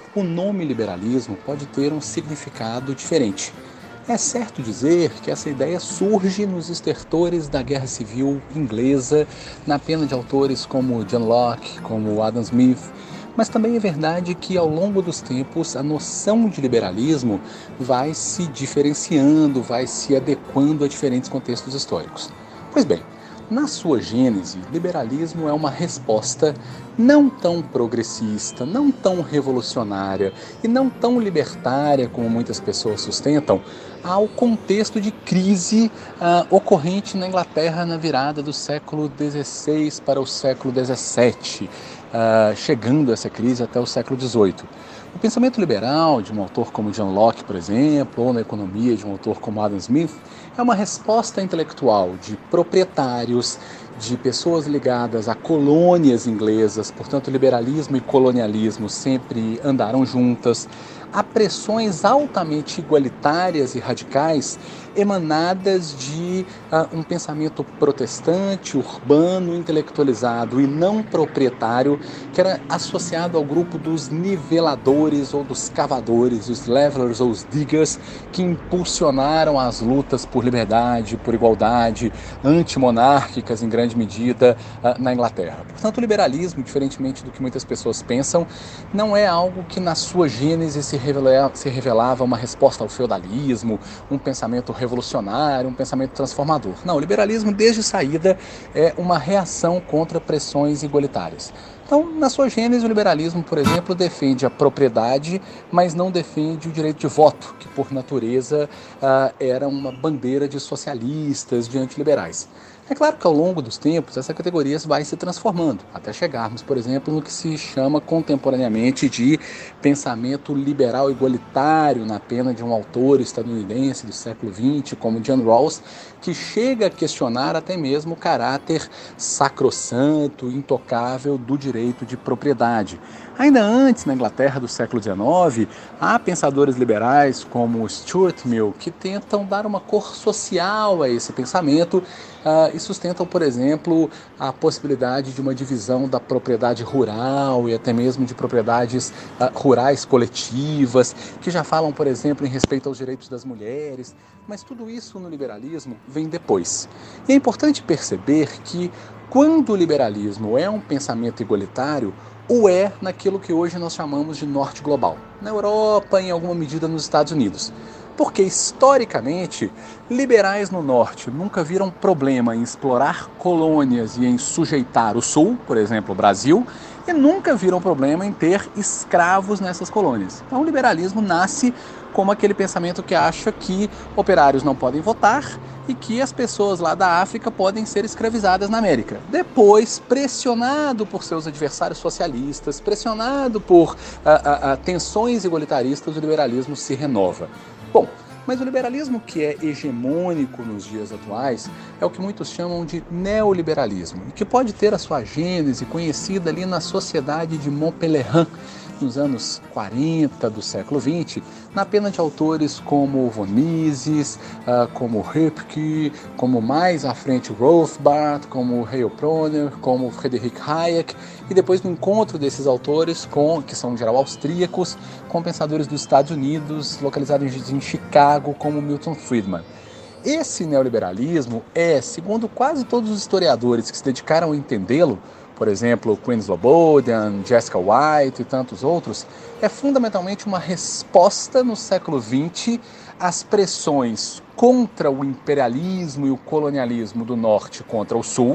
o nome liberalismo pode ter um significado diferente. É certo dizer que essa ideia surge nos estertores da Guerra Civil Inglesa, na pena de autores como John Locke, como Adam Smith, mas também é verdade que ao longo dos tempos a noção de liberalismo vai se diferenciando, vai se adequando a diferentes contextos históricos. Pois bem, na sua gênese, liberalismo é uma resposta não tão progressista, não tão revolucionária e não tão libertária como muitas pessoas sustentam ao contexto de crise uh, ocorrente na Inglaterra na virada do século dezesseis para o século dezessete, uh, chegando essa crise até o século dezoito. O pensamento liberal de um autor como John Locke, por exemplo, ou na economia de um autor como Adam Smith, é uma resposta intelectual de proprietários, de pessoas ligadas a colônias inglesas, portanto, liberalismo e colonialismo sempre andaram juntas, a pressões altamente igualitárias e radicais emanadas de uh, um pensamento protestante, urbano, intelectualizado e não proprietário, que era associado ao grupo dos niveladores ou dos cavadores, os levelers ou os diggers, que impulsionaram as lutas por liberdade, por igualdade, antimonárquicas em grande medida uh, na Inglaterra. Portanto, o liberalismo, diferentemente do que muitas pessoas pensam, não é algo que na sua gênese se, revela, se revelava uma resposta ao feudalismo, um pensamento revolucionário, um pensamento transformador. Não, o liberalismo desde saída é uma reação contra pressões igualitárias. Então, na sua gênese, o liberalismo, por exemplo, defende a propriedade, mas não defende o direito de voto, que por natureza uh, era uma bandeira de socialistas, de antiliberais. É claro que ao longo dos tempos essa categoria vai se transformando, até chegarmos, por exemplo, no que se chama contemporaneamente de pensamento liberal igualitário, na pena de um autor estadunidense do século vinte, como John Rawls, que chega a questionar até mesmo o caráter sacrossanto, intocável do direito de propriedade. Ainda antes, na Inglaterra do século dezenove, há pensadores liberais como Stuart Mill que tentam dar uma cor social a esse pensamento uh, e sustentam, por exemplo, a possibilidade de uma divisão da propriedade rural e até mesmo de propriedades uh, rurais coletivas, que já falam, por exemplo, em respeito aos direitos das mulheres, mas tudo isso no liberalismo vem depois. E é importante perceber que quando o liberalismo é um pensamento igualitário, ou é naquilo que hoje nós chamamos de norte global, na Europa, em alguma medida nos Estados Unidos. Porque, historicamente, liberais no norte nunca viram problema em explorar colônias e em sujeitar o sul, por exemplo, o Brasil, e nunca viram problema em ter escravos nessas colônias. Então, o liberalismo nasce como aquele pensamento que acha que operários não podem votar e que as pessoas lá da África podem ser escravizadas na América. Depois, pressionado por seus adversários socialistas, pressionado por a, a, a, tensões igualitaristas, o liberalismo se renova. Bom, mas o liberalismo que é hegemônico nos dias atuais é o que muitos chamam de neoliberalismo, e que pode ter a sua gênese conhecida ali na sociedade de Montpellier, nos anos quarenta do século vinte, na pena de autores como von Mises, uh, como Ripke, como mais à frente Rothbard, como Heilbronner, como Friedrich Hayek, e depois do encontro desses autores, com, que são em geral austríacos, com pensadores dos Estados Unidos, localizados em Chicago, como Milton Friedman. Esse neoliberalismo é, segundo quase todos os historiadores que se dedicaram a entendê-lo, por exemplo, Quinn Slobodian, Jessica White e tantos outros, é fundamentalmente uma resposta no século vinte às pressões contra o imperialismo e o colonialismo do norte contra o sul,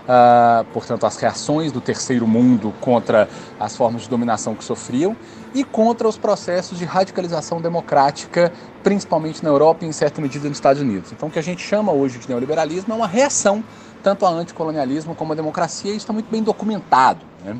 uh, portanto, as reações do terceiro mundo contra as formas de dominação que sofriam, e contra os processos de radicalização democrática, principalmente na Europa e em certa medida nos Estados Unidos. Então, o que a gente chama hoje de neoliberalismo é uma reação tanto ao anticolonialismo como à democracia, e isso está muito bem documentado, né?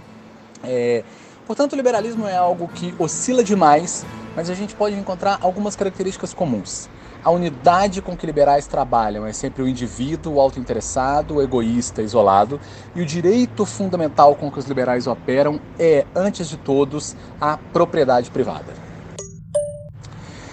É, portanto, o liberalismo é algo que oscila demais, mas a gente pode encontrar algumas características comuns. A unidade com que liberais trabalham é sempre o indivíduo, o autointeressado, o egoísta, isolado, e o direito fundamental com que os liberais operam é, antes de todos, a propriedade privada.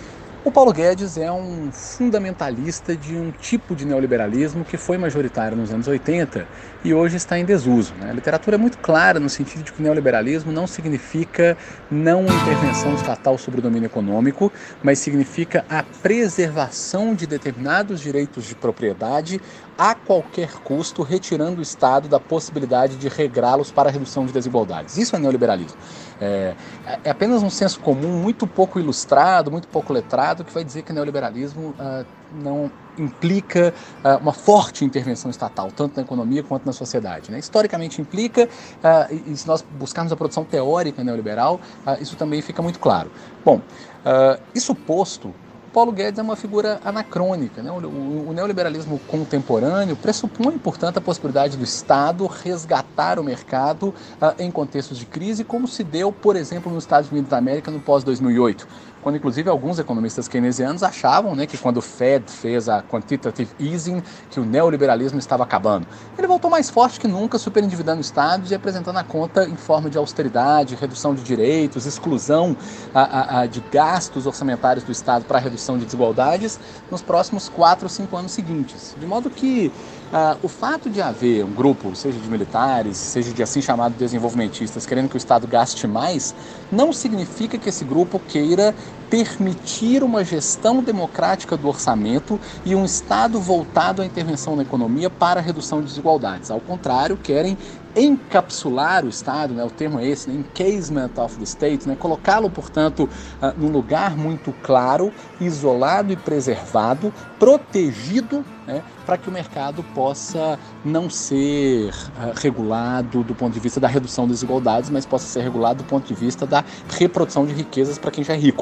O Paulo Guedes é um fundamentalista de um tipo de neoliberalismo que foi majoritário nos anos oitenta e hoje está em desuso, né? A literatura é muito clara no sentido de que o neoliberalismo não significa não intervenção estatal sobre o domínio econômico, mas significa a preservação de determinados direitos de propriedade a qualquer custo, retirando o Estado da possibilidade de regrá-los para a redução de desigualdades. Isso é neoliberalismo. É, é apenas um senso comum muito pouco ilustrado, muito pouco letrado, que vai dizer que o neoliberalismo uh, não implica uh, uma forte intervenção estatal, tanto na economia quanto na sociedade, né? Historicamente implica, uh, e, e se nós buscarmos a produção teórica neoliberal, uh, isso também fica muito claro. Bom, uh, isso posto, Paulo Guedes é uma figura anacrônica, né? O, o, o neoliberalismo contemporâneo pressupõe, portanto, a possibilidade do Estado resgatar o mercado uh, em contextos de crise, como se deu, por exemplo, nos Estados Unidos da América no pós dois mil e oito, quando inclusive alguns economistas keynesianos achavam, né, que quando o Fed fez a quantitative easing, que o neoliberalismo estava acabando. Ele voltou mais forte que nunca, superendividando estados e apresentando a conta em forma de austeridade, redução de direitos, exclusão a, a, a de gastos orçamentários do Estado para a redução de desigualdades nos próximos quatro, cinco anos seguintes. De modo que uh, o fato de haver um grupo, seja de militares, seja de assim chamados desenvolvimentistas, querendo que o Estado gaste mais, não significa que esse grupo queira permitir uma gestão democrática do orçamento e um Estado voltado à intervenção na economia para a redução de desigualdades. Ao contrário, querem encapsular o Estado, né, o termo é esse, né, encasement of the state, né, colocá-lo, portanto, uh, num lugar muito claro, isolado e preservado, protegido, né, para que o mercado possa não ser uh, regulado do ponto de vista da redução das desigualdades, mas possa ser regulado do ponto de vista da reprodução de riquezas para quem já é rico.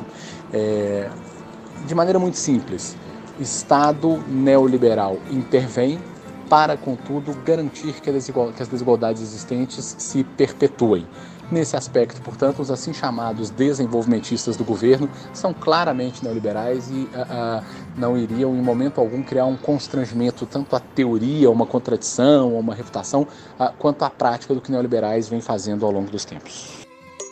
É, de maneira muito simples, Estado neoliberal intervém para, contudo, garantir que as desigualdades existentes se perpetuem. Nesse aspecto, portanto, os assim chamados desenvolvimentistas do governo são claramente neoliberais e uh, uh, não iriam, em momento algum, criar um constrangimento tanto à teoria, uma contradição, uma refutação, uh, quanto à prática do que neoliberais vêm fazendo ao longo dos tempos.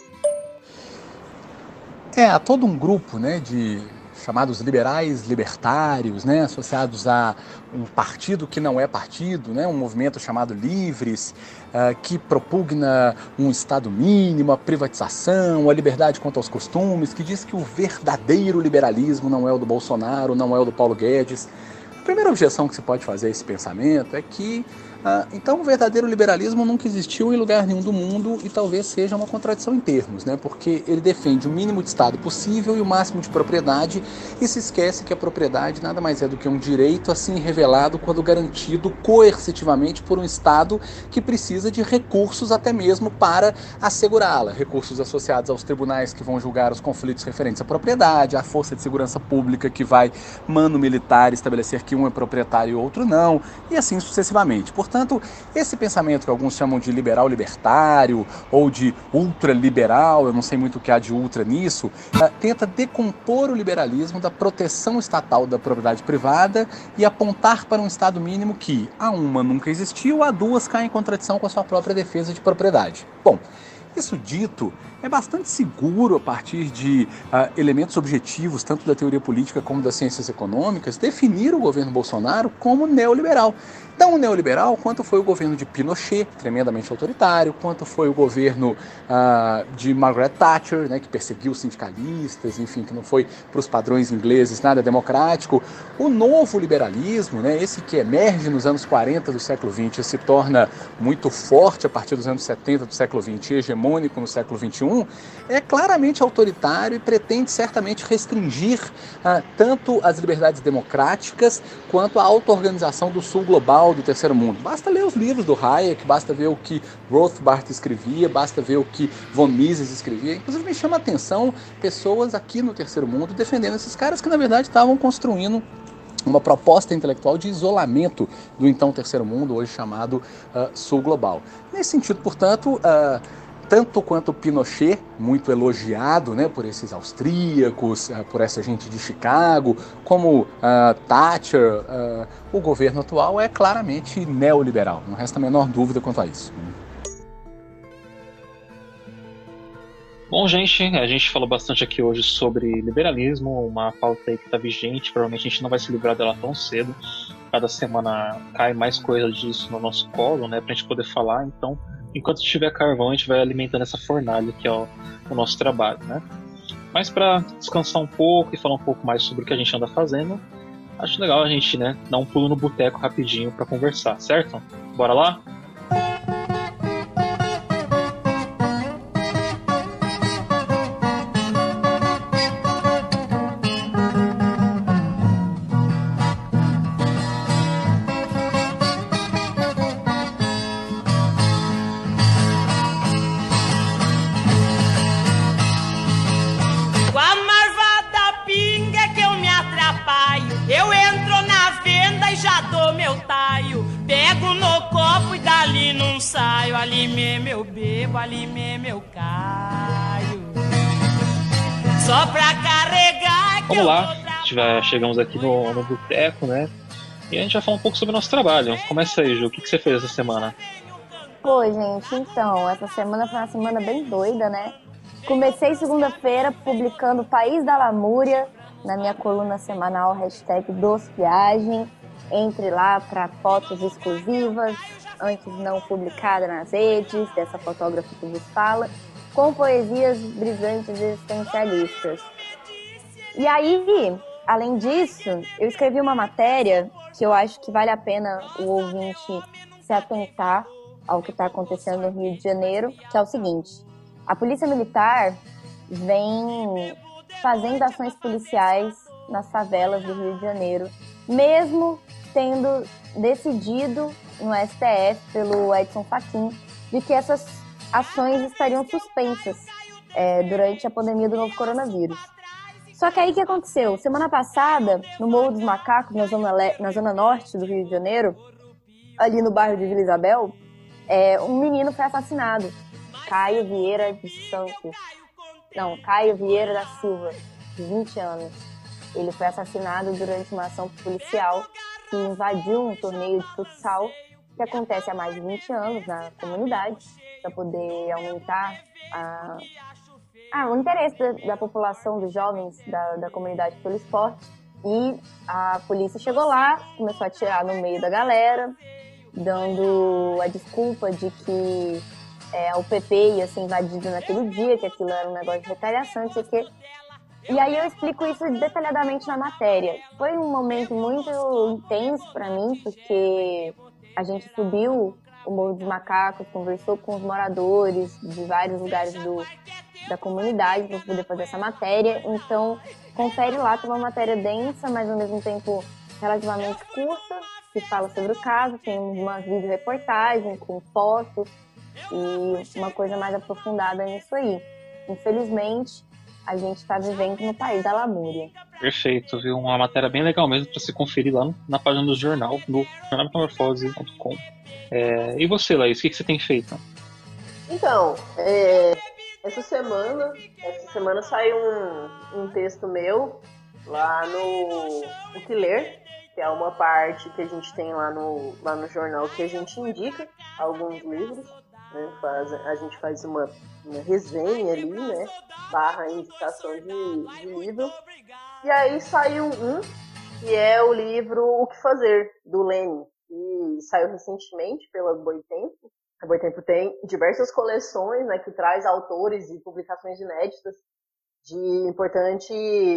É, há todo um grupo, né, de chamados liberais libertários, né, associados a um partido que não é partido, né, um movimento chamado Livres, uh, que propugna um Estado mínimo, a privatização, a liberdade quanto aos costumes, que diz que o verdadeiro liberalismo não é o do Bolsonaro, não é o do Paulo Guedes. A primeira objeção que se pode fazer a esse pensamento é que Ah, então, o verdadeiro liberalismo nunca existiu em lugar nenhum do mundo e talvez seja uma contradição em termos, né? Porque ele defende o mínimo de Estado possível e o máximo de propriedade e se esquece que a propriedade nada mais é do que um direito assim revelado quando garantido coercitivamente por um Estado que precisa de recursos até mesmo para assegurá-la. Recursos associados aos tribunais que vão julgar os conflitos referentes à propriedade, à força de segurança pública que vai, mano militar, estabelecer que um é proprietário e o outro não, e assim sucessivamente. Portanto, Portanto, esse pensamento que alguns chamam de liberal-libertário ou de ultraliberal, eu não sei muito o que há de ultra nisso, uh, tenta decompor o liberalismo da proteção estatal da propriedade privada e apontar para um Estado mínimo que, a uma, nunca existiu, a duas, cai em contradição com a sua própria defesa de propriedade. Bom, isso dito, é bastante seguro, a partir de uh, elementos objetivos, tanto da teoria política como das ciências econômicas, definir o governo Bolsonaro como neoliberal. Tão neoliberal quanto foi o governo de Pinochet, tremendamente autoritário, quanto foi o governo uh, de Margaret Thatcher, né, que perseguiu sindicalistas, enfim, que não foi para os padrões ingleses nada democrático. O novo liberalismo, né, esse que emerge nos anos quarenta do século vinte e se torna muito forte a partir dos anos setenta do século vinte e hegemônico no século vinte e um, é claramente autoritário e pretende certamente restringir uh, tanto as liberdades democráticas quanto a auto-organização do sul global, do terceiro mundo. Basta ler os livros do Hayek, basta ver o que Rothbard escrevia, basta ver o que von Mises escrevia. Inclusive me chama a atenção pessoas aqui no terceiro mundo defendendo esses caras que na verdade estavam construindo uma proposta intelectual de isolamento do então terceiro mundo, hoje chamado uh, sul global. Nesse sentido, portanto, uh, tanto quanto Pinochet, muito elogiado, né, por esses austríacos, uh, por essa gente de Chicago, como uh, Thatcher, uh, o governo atual é claramente neoliberal, não resta a menor dúvida quanto a isso. Bom, Bom, gente, a gente falou bastante aqui hoje sobre liberalismo, uma pauta aí que está vigente, provavelmente a gente não vai se livrar dela tão cedo. Cada semana cai mais coisa disso no nosso colo, né, pra gente poder falar. Então, enquanto tiver carvão, a gente vai alimentando essa fornalha que é o, o nosso trabalho, né. Mas para descansar um pouco e falar um pouco mais sobre o que a gente anda fazendo, acho legal a gente, né, dar um pulo no boteco rapidinho para conversar, certo? Bora lá? Ali mesmo eu bebo, ali mesmo eu caio. Só pra carregar que Vamos lá, já chegamos aqui no, no boteco, né? E a gente vai falar um pouco sobre o nosso trabalho. Começa aí, Ju, o que, que você fez essa semana? Pô, gente, então, essa semana foi uma semana bem doida, né? Comecei segunda-feira publicando País da Lamúria na minha coluna semanal, hashtag Dos Viagem. Entre lá para fotos exclusivas, antes não publicada nas redes, dessa fotógrafa que vos fala, com poesias brisantes e existencialistas. E aí, além disso, eu escrevi uma matéria que eu acho que vale a pena o ouvinte se atentar ao que está acontecendo no Rio de Janeiro, que é o seguinte: a Polícia Militar vem fazendo ações policiais nas favelas do Rio de Janeiro, mesmo tendo decidido no S T F pelo Edson Fachin de que essas ações estariam suspensas é, durante a pandemia do novo coronavírus. Só que aí o que aconteceu? Semana passada, no Morro dos Macacos, na zona, le... na zona norte do Rio de Janeiro, ali no bairro de Vila Isabel, é, um menino foi assassinado. Caio Vieira de Santos. Não, Caio Vieira da Silva, de vinte anos. Ele foi assassinado durante uma ação policial que invadiu um torneio de futsal que acontece há mais de vinte anos na comunidade, para poder aumentar a, ah, o interesse da, da população, dos jovens da, da comunidade pelo esporte. E a polícia chegou lá, começou a atirar no meio da galera, dando a desculpa de que é, o P P ia ser invadido naquele dia, que aquilo era um negócio de retaliação, não sei o quê. E aí eu explico isso detalhadamente na matéria. Foi um momento muito intenso para mim, porque a gente subiu o Morro dos Macacos, conversou com os moradores de vários lugares do, da comunidade para poder fazer essa matéria. Então, confere lá, tem uma matéria densa, mas ao mesmo tempo relativamente curta, que fala sobre o caso. Tem uma vídeo-reportagem com fotos e uma coisa mais aprofundada nisso aí. Infelizmente, a gente está vivendo no País da Lamúria. Perfeito, viu? Uma matéria bem legal mesmo para se conferir lá na página do jornal, no jornal metamorfose ponto com. É, e você, Laís, o que, que você tem feito? Então, é, essa semana, essa semana saiu um, um texto meu lá no O Que Ler, que é uma parte que a gente tem lá no, lá no jornal que a gente indica alguns livros, né? Faz, a gente faz uma, uma resenha ali, né? Barra indicação de, de livro. E aí saiu um, que é o livro O Que Fazer, do Lênin, que saiu recentemente pela Boitempo. A Boitempo tem diversas coleções, né, que traz autores e publicações inéditas de importantes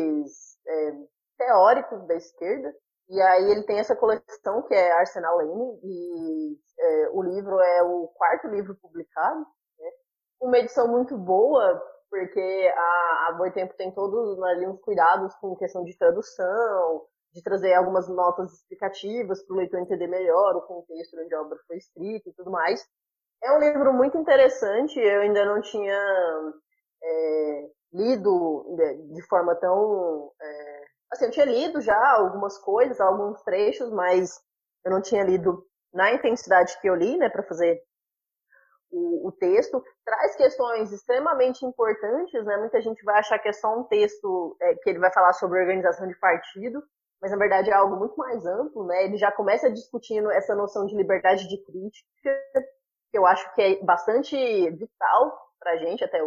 é, teóricos da esquerda. E aí ele tem essa coleção que é Arsenal Lenin, e é, o livro é o quarto livro publicado, né? Uma edição muito boa, porque a, a Boitempo tem todos ali uns cuidados com questão de tradução, de trazer algumas notas explicativas para o leitor entender melhor o contexto onde a obra foi escrita e tudo mais. É um livro muito interessante, eu ainda não tinha é, lido de, de forma tão... É, assim, eu tinha lido já algumas coisas, alguns trechos, mas eu não tinha lido na intensidade que eu li, né, para fazer o, o texto. Traz questões extremamente importantes, né? Muita gente vai achar que é só um texto é, que ele vai falar sobre organização de partido, mas na verdade é algo muito mais amplo, né? Ele já começa discutindo essa noção de liberdade de crítica, que eu acho que é bastante vital pra gente até hoje.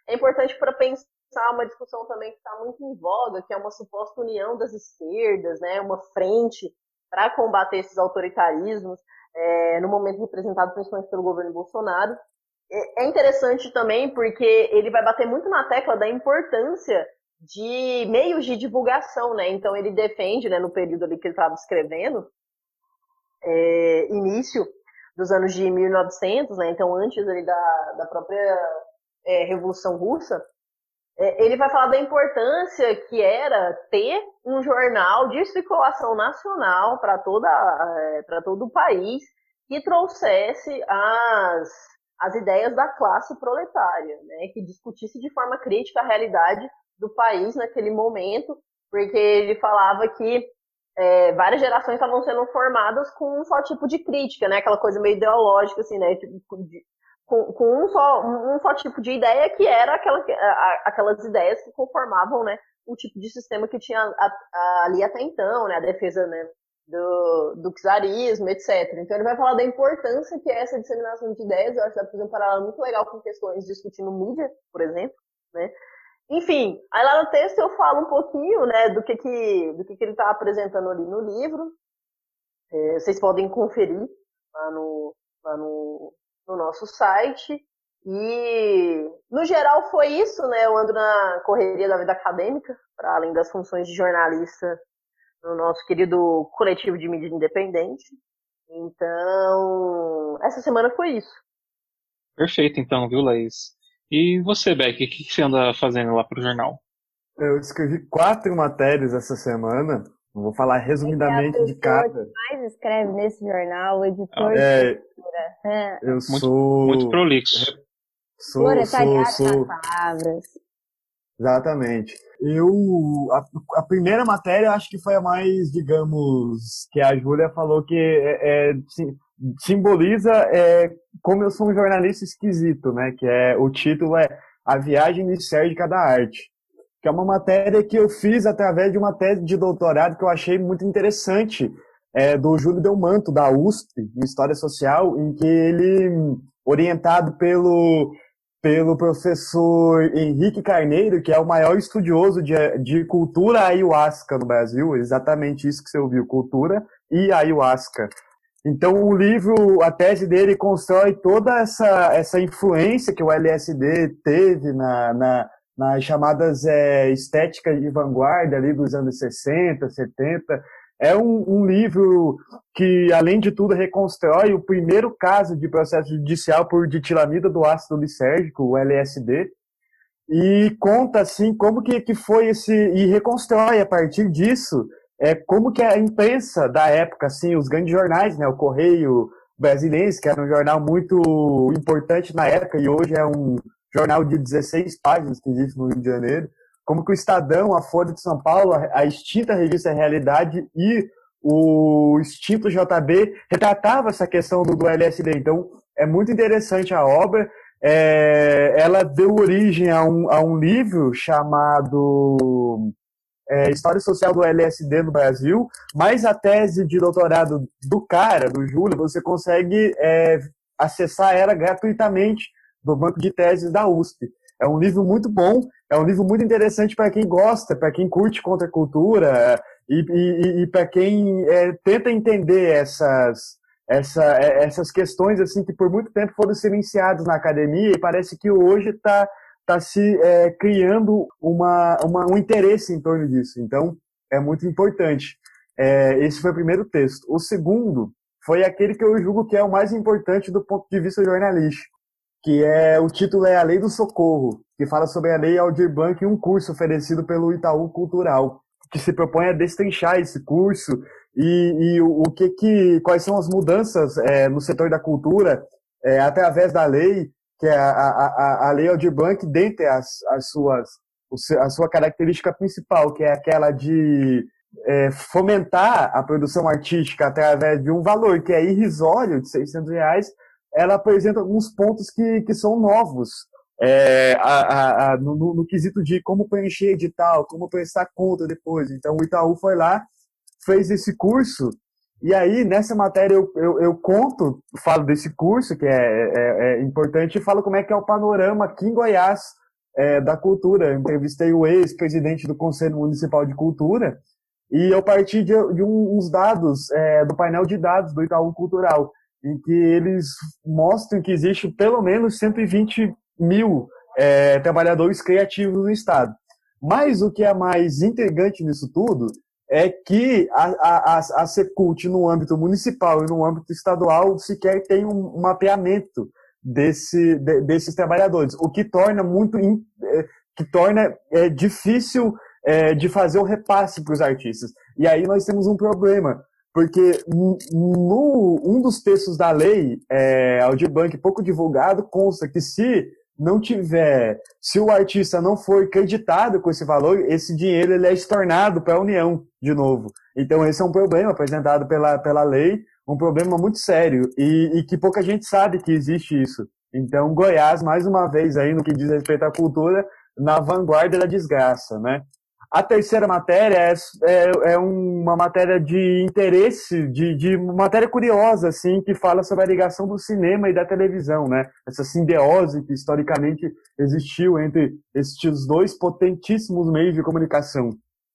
é importante para pensar uma discussão também que está muito em voga, que é uma suposta união das esquerdas, né, uma frente para combater esses autoritarismos, é, no momento representado principalmente pelo governo Bolsonaro. É interessante também porque ele vai bater muito na tecla da importância de meios de divulgação, né? Então ele defende, né, no período ali que ele estava escrevendo, é, início dos anos de mil e novecentos, né? Então antes ali da, da própria é, Revolução Russa, é, ele vai falar da importância que era ter um jornal de circulação nacional para toda é, para todo o país que trouxesse as as ideias da classe proletária, né, que discutisse de forma crítica a realidade do país naquele momento, porque ele falava que é, várias gerações estavam sendo formadas com um só tipo de crítica, né, aquela coisa meio ideológica, assim, né, tipo, de, com, com um, só, um, um só tipo de ideia, que era aquela, a, aquelas ideias que conformavam, né, o tipo de sistema que tinha a, a, ali até então, né, a defesa, né, do, do czarismo, etcétera. Então ele vai falar da importância que é essa disseminação de ideias. Eu acho que dá para fazer um paralelo muito legal com questões discutindo mídia, por exemplo, né? Enfim, aí lá no texto eu falo um pouquinho, né, do que que, do que, que ele está apresentando ali no livro. É, vocês podem conferir lá no, lá no, no nosso site. E, no geral, foi isso, né? Eu ando na correria da vida acadêmica, para além das funções de jornalista no nosso querido coletivo de mídia independente. Então, essa semana foi isso. Perfeito, então, viu, Laís? E você, Beck, o que você anda fazendo lá pro jornal? Eu escrevi quatro matérias essa semana. Vou falar resumidamente de cada. Que mais escreve nesse jornal, o editor é, de cultura. É. Eu muito, sou... Muito prolixo. Sou, sou, sou... nas palavras. Exatamente. Eu, a, a primeira matéria, acho que foi a mais, digamos, que a Júlia falou que é, é, simboliza é, como eu sou um jornalista esquisito, né? Que é, o título é A Viagem Lisérgica da Arte, que é uma matéria que eu fiz através de uma tese de doutorado que eu achei muito interessante, é, do Júlio Delmanto, da U S P, em História Social, em que ele, orientado pelo... pelo professor Henrique Carneiro, que é o maior estudioso de, de cultura ayahuasca no Brasil, exatamente isso que você ouviu, cultura e ayahuasca. Então o livro, a tese dele constrói toda essa, essa influência que o L S D teve na, na, nas chamadas é, estéticas de vanguarda ali dos anos sessenta, setenta. É um, um livro que, além de tudo, reconstrói o primeiro caso de processo judicial por ditilamida do ácido lisérgico, o L S D, e conta, assim, como que, que foi esse... e reconstrói, a partir disso, é, como que a imprensa da época, assim, os grandes jornais, né, o Correio Brasiliense, que era um jornal muito importante na época, e hoje é um jornal de dezesseis páginas que existe no Rio de Janeiro, como que o Estadão, a Folha de São Paulo, a extinta revista Realidade e o extinto J B retratava essa questão do, do L S D. Então, é muito interessante a obra. É, ela deu origem a um, a um livro chamado é, História Social do L S D no Brasil, mas a tese de doutorado do cara, do Júlio, você consegue é, acessar ela gratuitamente do banco de teses da U S P. É um livro muito bom, é um livro muito interessante para quem gosta, para quem curte contracultura e, e, e para quem é, tenta entender essas, essa, essas questões assim que por muito tempo foram silenciadas na academia e parece que hoje está tá se é, criando uma, uma, um interesse em torno disso. Então, é muito importante. É, esse foi o primeiro texto. O segundo foi aquele que eu julgo que é o mais importante do ponto de vista jornalístico, que é, o título é A Lei do Socorro, que fala sobre a Lei Aldir Blanc e um curso oferecido pelo Itaú Cultural, que se propõe a destrinchar esse curso e, e o, o que que, quais são as mudanças é, no setor da cultura é, através da lei, que é a, a, a Lei Aldir Blanc, dentre as, as suas, a sua característica principal, que é aquela de é, fomentar a produção artística através de um valor que é irrisório, de seiscentos reais, ela apresenta alguns pontos que, que são novos é, a, a, a, no, no quesito de como preencher edital, como prestar conta depois. Então, o Itaú foi lá, fez esse curso, e aí, nessa matéria, eu, eu, eu conto, falo desse curso, que é, é, é importante, e falo como é que é o panorama aqui em Goiás é, da cultura. Eu entrevistei o ex-presidente do Conselho Municipal de Cultura e eu parti de, de uns dados, é, do painel de dados do Itaú Cultural, em que eles mostram que existe pelo menos cento e vinte mil é, trabalhadores criativos no Estado. Mas o que é mais intrigante nisso tudo é que a, a, a Secult, no âmbito municipal e no âmbito estadual, sequer tem um, um mapeamento desse, de, desses trabalhadores, o que torna muito que torna é, difícil é, de fazer o repasse para os artistas. E aí nós temos um problema, porque no um dos textos da lei, é, Aldir Blanc, pouco divulgado, consta que se não tiver, se o artista não for creditado com esse valor, esse dinheiro ele é estornado para a União de novo. Então esse é um problema apresentado pela, pela lei, um problema muito sério, e, e que pouca gente sabe que existe isso. Então Goiás, mais uma vez, aí, no que diz respeito à cultura, na vanguarda da desgraça, né? A terceira matéria é, é, é uma matéria de interesse, de, de uma matéria curiosa, assim, que fala sobre a ligação do cinema e da televisão, né? Essa simbiose que historicamente existiu entre estes dois potentíssimos meios de comunicação.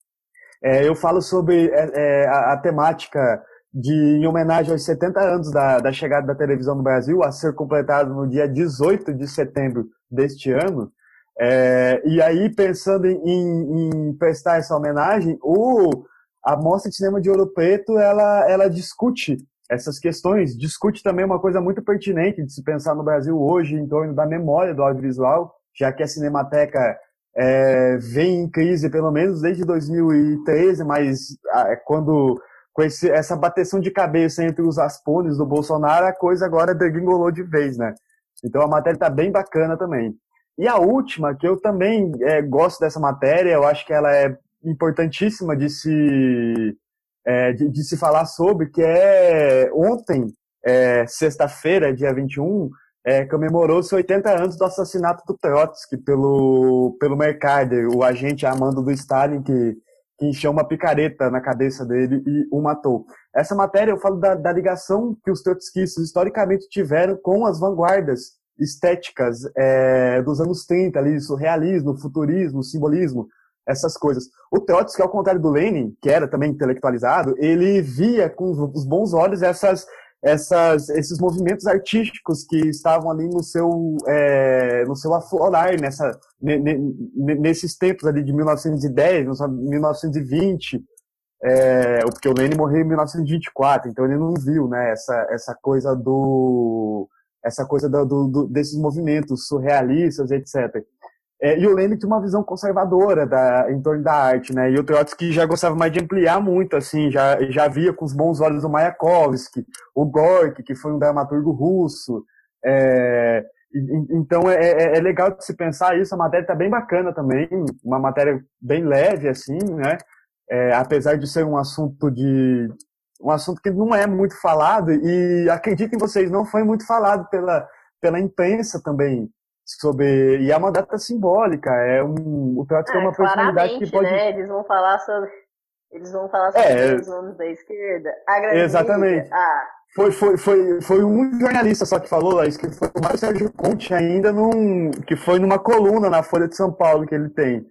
É, eu falo sobre é, é, a, a temática de, em homenagem aos setenta anos da, da chegada da televisão no Brasil, a ser completado no dia dezoito de setembro deste ano. É, e aí, pensando em, em prestar essa homenagem, o, a Mostra de Cinema de Ouro Preto, ela, ela discute essas questões, discute também uma coisa muito pertinente de se pensar no Brasil hoje em torno da memória do audiovisual, já que a Cinemateca é, vem em crise, pelo menos desde dois mil e treze, mas é, quando, com esse, essa bateção de cabeça entre os aspones do Bolsonaro, a coisa agora degringolou de vez, né? Então a matéria está bem bacana também. E a última, que eu também é, gosto dessa matéria, eu acho que ela é importantíssima de se, é, de, de se falar sobre, que é ontem, é, sexta-feira, dia vinte e um, é, comemorou-se oitenta anos do assassinato do Trotsky pelo, pelo Mercader, o agente amando do Stalin que, que encheu uma picareta na cabeça dele e o matou. Essa matéria eu falo da, da ligação que os trotskistas historicamente tiveram com as vanguardas estéticas é, dos anos trinta, ali, surrealismo, futurismo, simbolismo, essas coisas. O Trotsky, ao contrário do Lenin, que era também intelectualizado, ele via com os bons olhos essas, essas, esses movimentos artísticos que estavam ali no seu, é, no seu aflorar, nessa, nesses tempos ali de mil novecentos e dez, mil novecentos e vinte, é, porque o Lenin morreu em mil novecentos e vinte e quatro, então ele não viu, né, essa, essa coisa do... essa coisa do, do, desses movimentos surrealistas, etcétera. É, e o Lenin tinha uma visão conservadora da, em torno da arte, né? E o Trotsky já gostava mais de ampliar muito, assim, já, já via com os bons olhos o Mayakovsky, o Gorky, que foi um dramaturgo russo. É, e, então é, é, é legal de se pensar isso, a matéria está bem bacana também, uma matéria bem leve, assim, né? É, apesar de ser um assunto de... um assunto que não é muito falado, e acreditem vocês, não foi muito falado pela, pela imprensa também, sobre, e é uma data simbólica, é um, o Trotsky é, é uma personalidade que pode... né, eles vão falar sobre, eles vão falar sobre é, os nomes da esquerda, a exatamente, ah. foi, foi, foi, foi um jornalista só que falou lá, isso que foi o Mário Sérgio Conte ainda, num, que foi numa coluna na Folha de São Paulo que ele tem.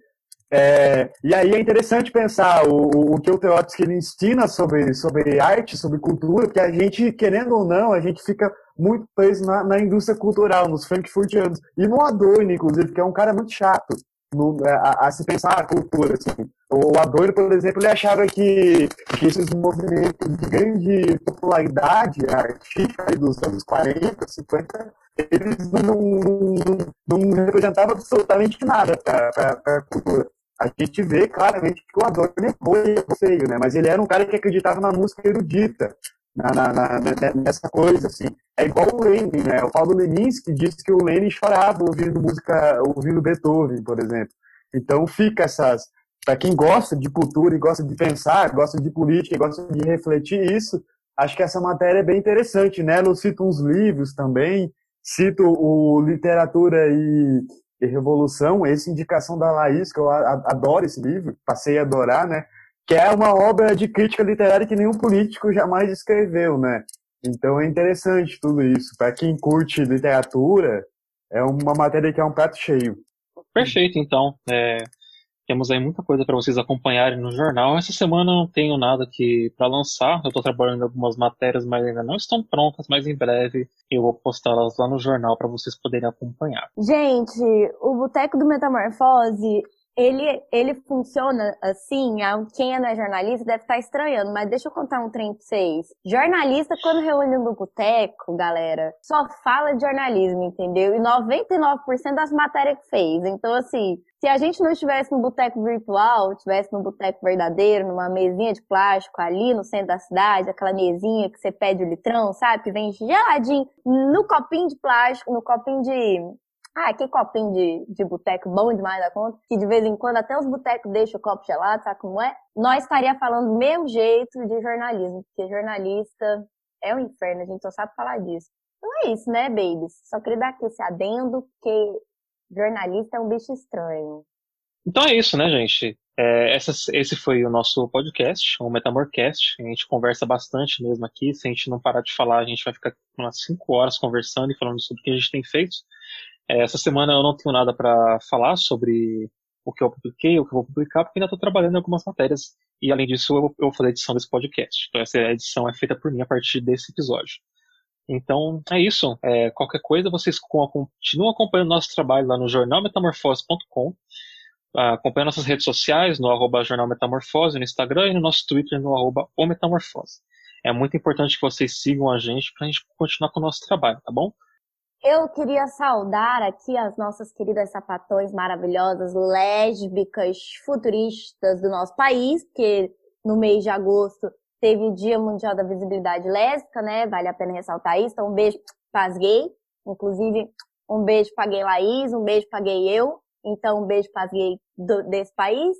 É, e aí é interessante pensar o, o, o que o Trotsky ele ensina sobre, sobre arte, sobre cultura, porque a gente, querendo ou não, a gente fica muito preso na, na indústria cultural, nos frankfurtianos, e no Adorno, inclusive, que é um cara muito chato no, a, a se pensar a cultura. Assim. O Adorno, por exemplo, ele achava que, que esses movimentos de grande popularidade artística dos anos quarenta, cinquenta, eles não, não, não representavam absolutamente nada para a cultura. A gente vê claramente que o Adorno foi feio, né? Mas ele era um cara que acreditava na música erudita, na, na, na, nessa coisa, assim. É igual o Lenin, né? O Paulo Leminski disse que o Lenin chorava ouvindo música, ouvindo Beethoven, por exemplo. Então fica essas... Para quem gosta de cultura e gosta de pensar, gosta de política e gosta de refletir isso, acho que essa matéria é bem interessante, né? Eu cito uns livros também, cito o Literatura e... e Revolução, essa indicação da Laís, que eu adoro esse livro, passei a adorar, né? Que é uma obra de crítica literária que nenhum político jamais escreveu, né? Então é interessante tudo isso. Para quem curte literatura, é uma matéria que é um prato cheio. Perfeito, então. É, temos aí muita coisa para vocês acompanharem no jornal. Essa semana eu não tenho nada aqui para lançar. Eu estou trabalhando em algumas matérias, mas ainda não estão prontas. Mas em breve eu vou postá-las lá no jornal para vocês poderem acompanhar. Gente, o Boteco do Metamorfose, ele, ele funciona assim, a- quem não é jornalista deve estar estranhando, mas deixa eu contar um trem pra vocês. Jornalista, quando reúne no boteco, galera, só fala de jornalismo, entendeu? E noventa e nove por cento das matérias que fez. Então, assim, se a gente não estivesse no boteco virtual, estivesse no boteco verdadeiro, numa mesinha de plástico ali no centro da cidade, aquela mesinha que você pede o litrão, sabe? Que vem geladinho no copinho de plástico, no copinho de... Ah, que copinho de, de boteco bom demais da conta, que de vez em quando até os botecos deixam o copo gelado, sabe como é? Nós estaria falando do mesmo jeito de jornalismo, porque jornalista é um inferno, a gente só sabe falar disso. Então é isso, né, babies? Só queria dar aqui esse adendo, porque jornalista é um bicho estranho. Então é isso, né, gente? É, essa- esse foi o nosso podcast, o Metamorcast. A gente conversa bastante mesmo aqui. Se a gente não parar de falar, a gente vai ficar umas cinco horas conversando e falando sobre o que a gente tem feito. É, essa semana eu não tenho nada para falar sobre o que eu publiquei, o que eu vou publicar, porque ainda estou trabalhando em algumas matérias. E além disso, eu, eu vou fazer a edição desse podcast. Então essa edição é feita por mim a partir desse episódio. Então é isso. É, qualquer coisa, vocês co- continuam acompanhando nosso trabalho lá no jornal metamorfose ponto com. Ah, acompanhe nossas redes sociais no arroba Jornal Metamorfose no Instagram e no nosso Twitter no arroba O Metamorfose. É muito importante que vocês sigam a gente para a gente continuar com o nosso trabalho, tá bom? Eu queria saudar aqui as nossas queridas sapatões maravilhosas, lésbicas, futuristas do nosso país, porque no mês de agosto teve o Dia Mundial da Visibilidade Lésbica, né? Vale a pena ressaltar isso. Então, um beijo pras gays. Inclusive, um beijo pra gay Laís, um beijo pra gay eu. Então, um beijo pras gays do- desse país.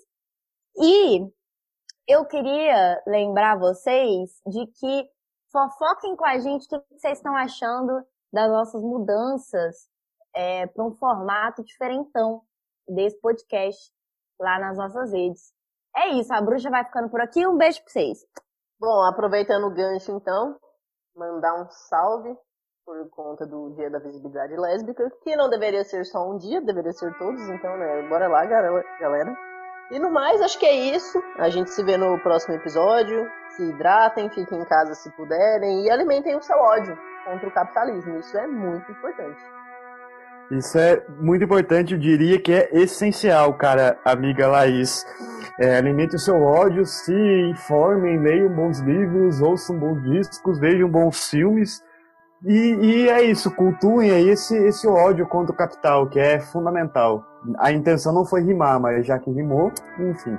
E eu queria lembrar vocês de que fofoquem com a gente o que vocês estão achando das nossas mudanças é, para um formato diferentão desse podcast lá nas nossas redes. É isso, a bruxa vai ficando por aqui. Um beijo pra vocês. Bom, aproveitando o gancho então, mandar um salve por conta do Dia da Visibilidade Lésbica, que não deveria ser só um dia, deveria ser todos, então, né, bora lá, galera. galera. E no mais, acho que é isso. A gente se vê no próximo episódio. Se hidratem, fiquem em casa se puderem e alimentem o seu ódio contra o capitalismo. Isso é muito importante. Isso é muito importante, eu diria que é essencial, cara, amiga Laís. É, alimente o seu ódio, se informem, leiam bons livros, ouçam bons discos, vejam bons filmes. E, e é isso, cultuem aí esse, esse ódio contra o capital, que é fundamental. A intenção não foi rimar, mas já que rimou, enfim.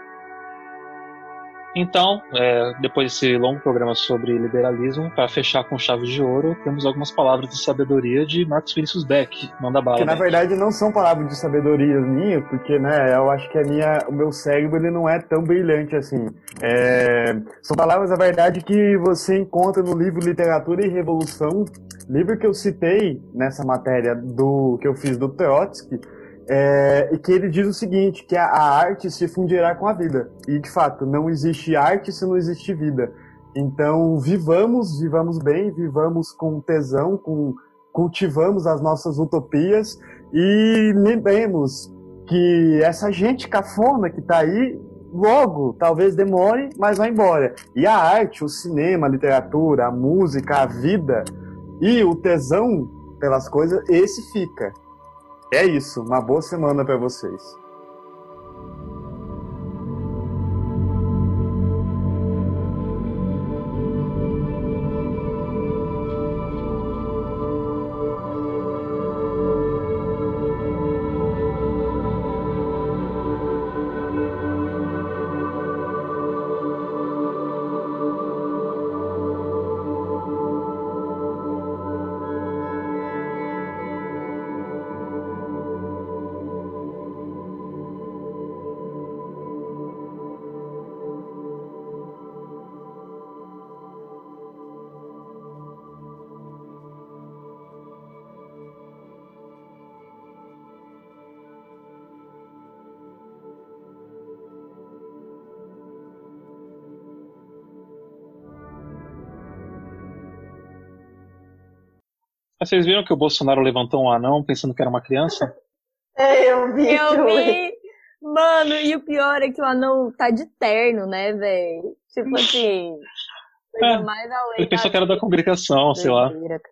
Então, é, depois desse longo programa sobre liberalismo, para fechar com chave de ouro, temos algumas palavras de sabedoria de Marcos Vinicius Beck. Manda bala, Que na Beck. verdade não são palavras de sabedoria minha, porque né, eu acho que a minha, o meu cérebro ele não é tão brilhante assim. É, são palavras, na verdade, que você encontra no livro Literatura e Revolução, livro que eu citei nessa matéria do que eu fiz do Trotsky, é, e que ele diz o seguinte, que a, a arte se fundirá com a vida. E, de fato, não existe arte se não existe vida. Então, vivamos, vivamos bem, vivamos com tesão, com, cultivamos as nossas utopias e lembremos que essa gente cafona que tá aí, logo, talvez demore, mas vai embora. E a arte, o cinema, a literatura, a música, a vida e o tesão pelas coisas, esse fica. É isso, uma boa semana para vocês. Vocês viram que o Bolsonaro levantou um anão pensando que era uma criança? É, eu vi. Eu também. vi. Mano, e o pior é que o anão tá de terno, né, velho? Tipo assim. Coisa É, mais além Ele pensou da que era da congregação, sei lá. doideira,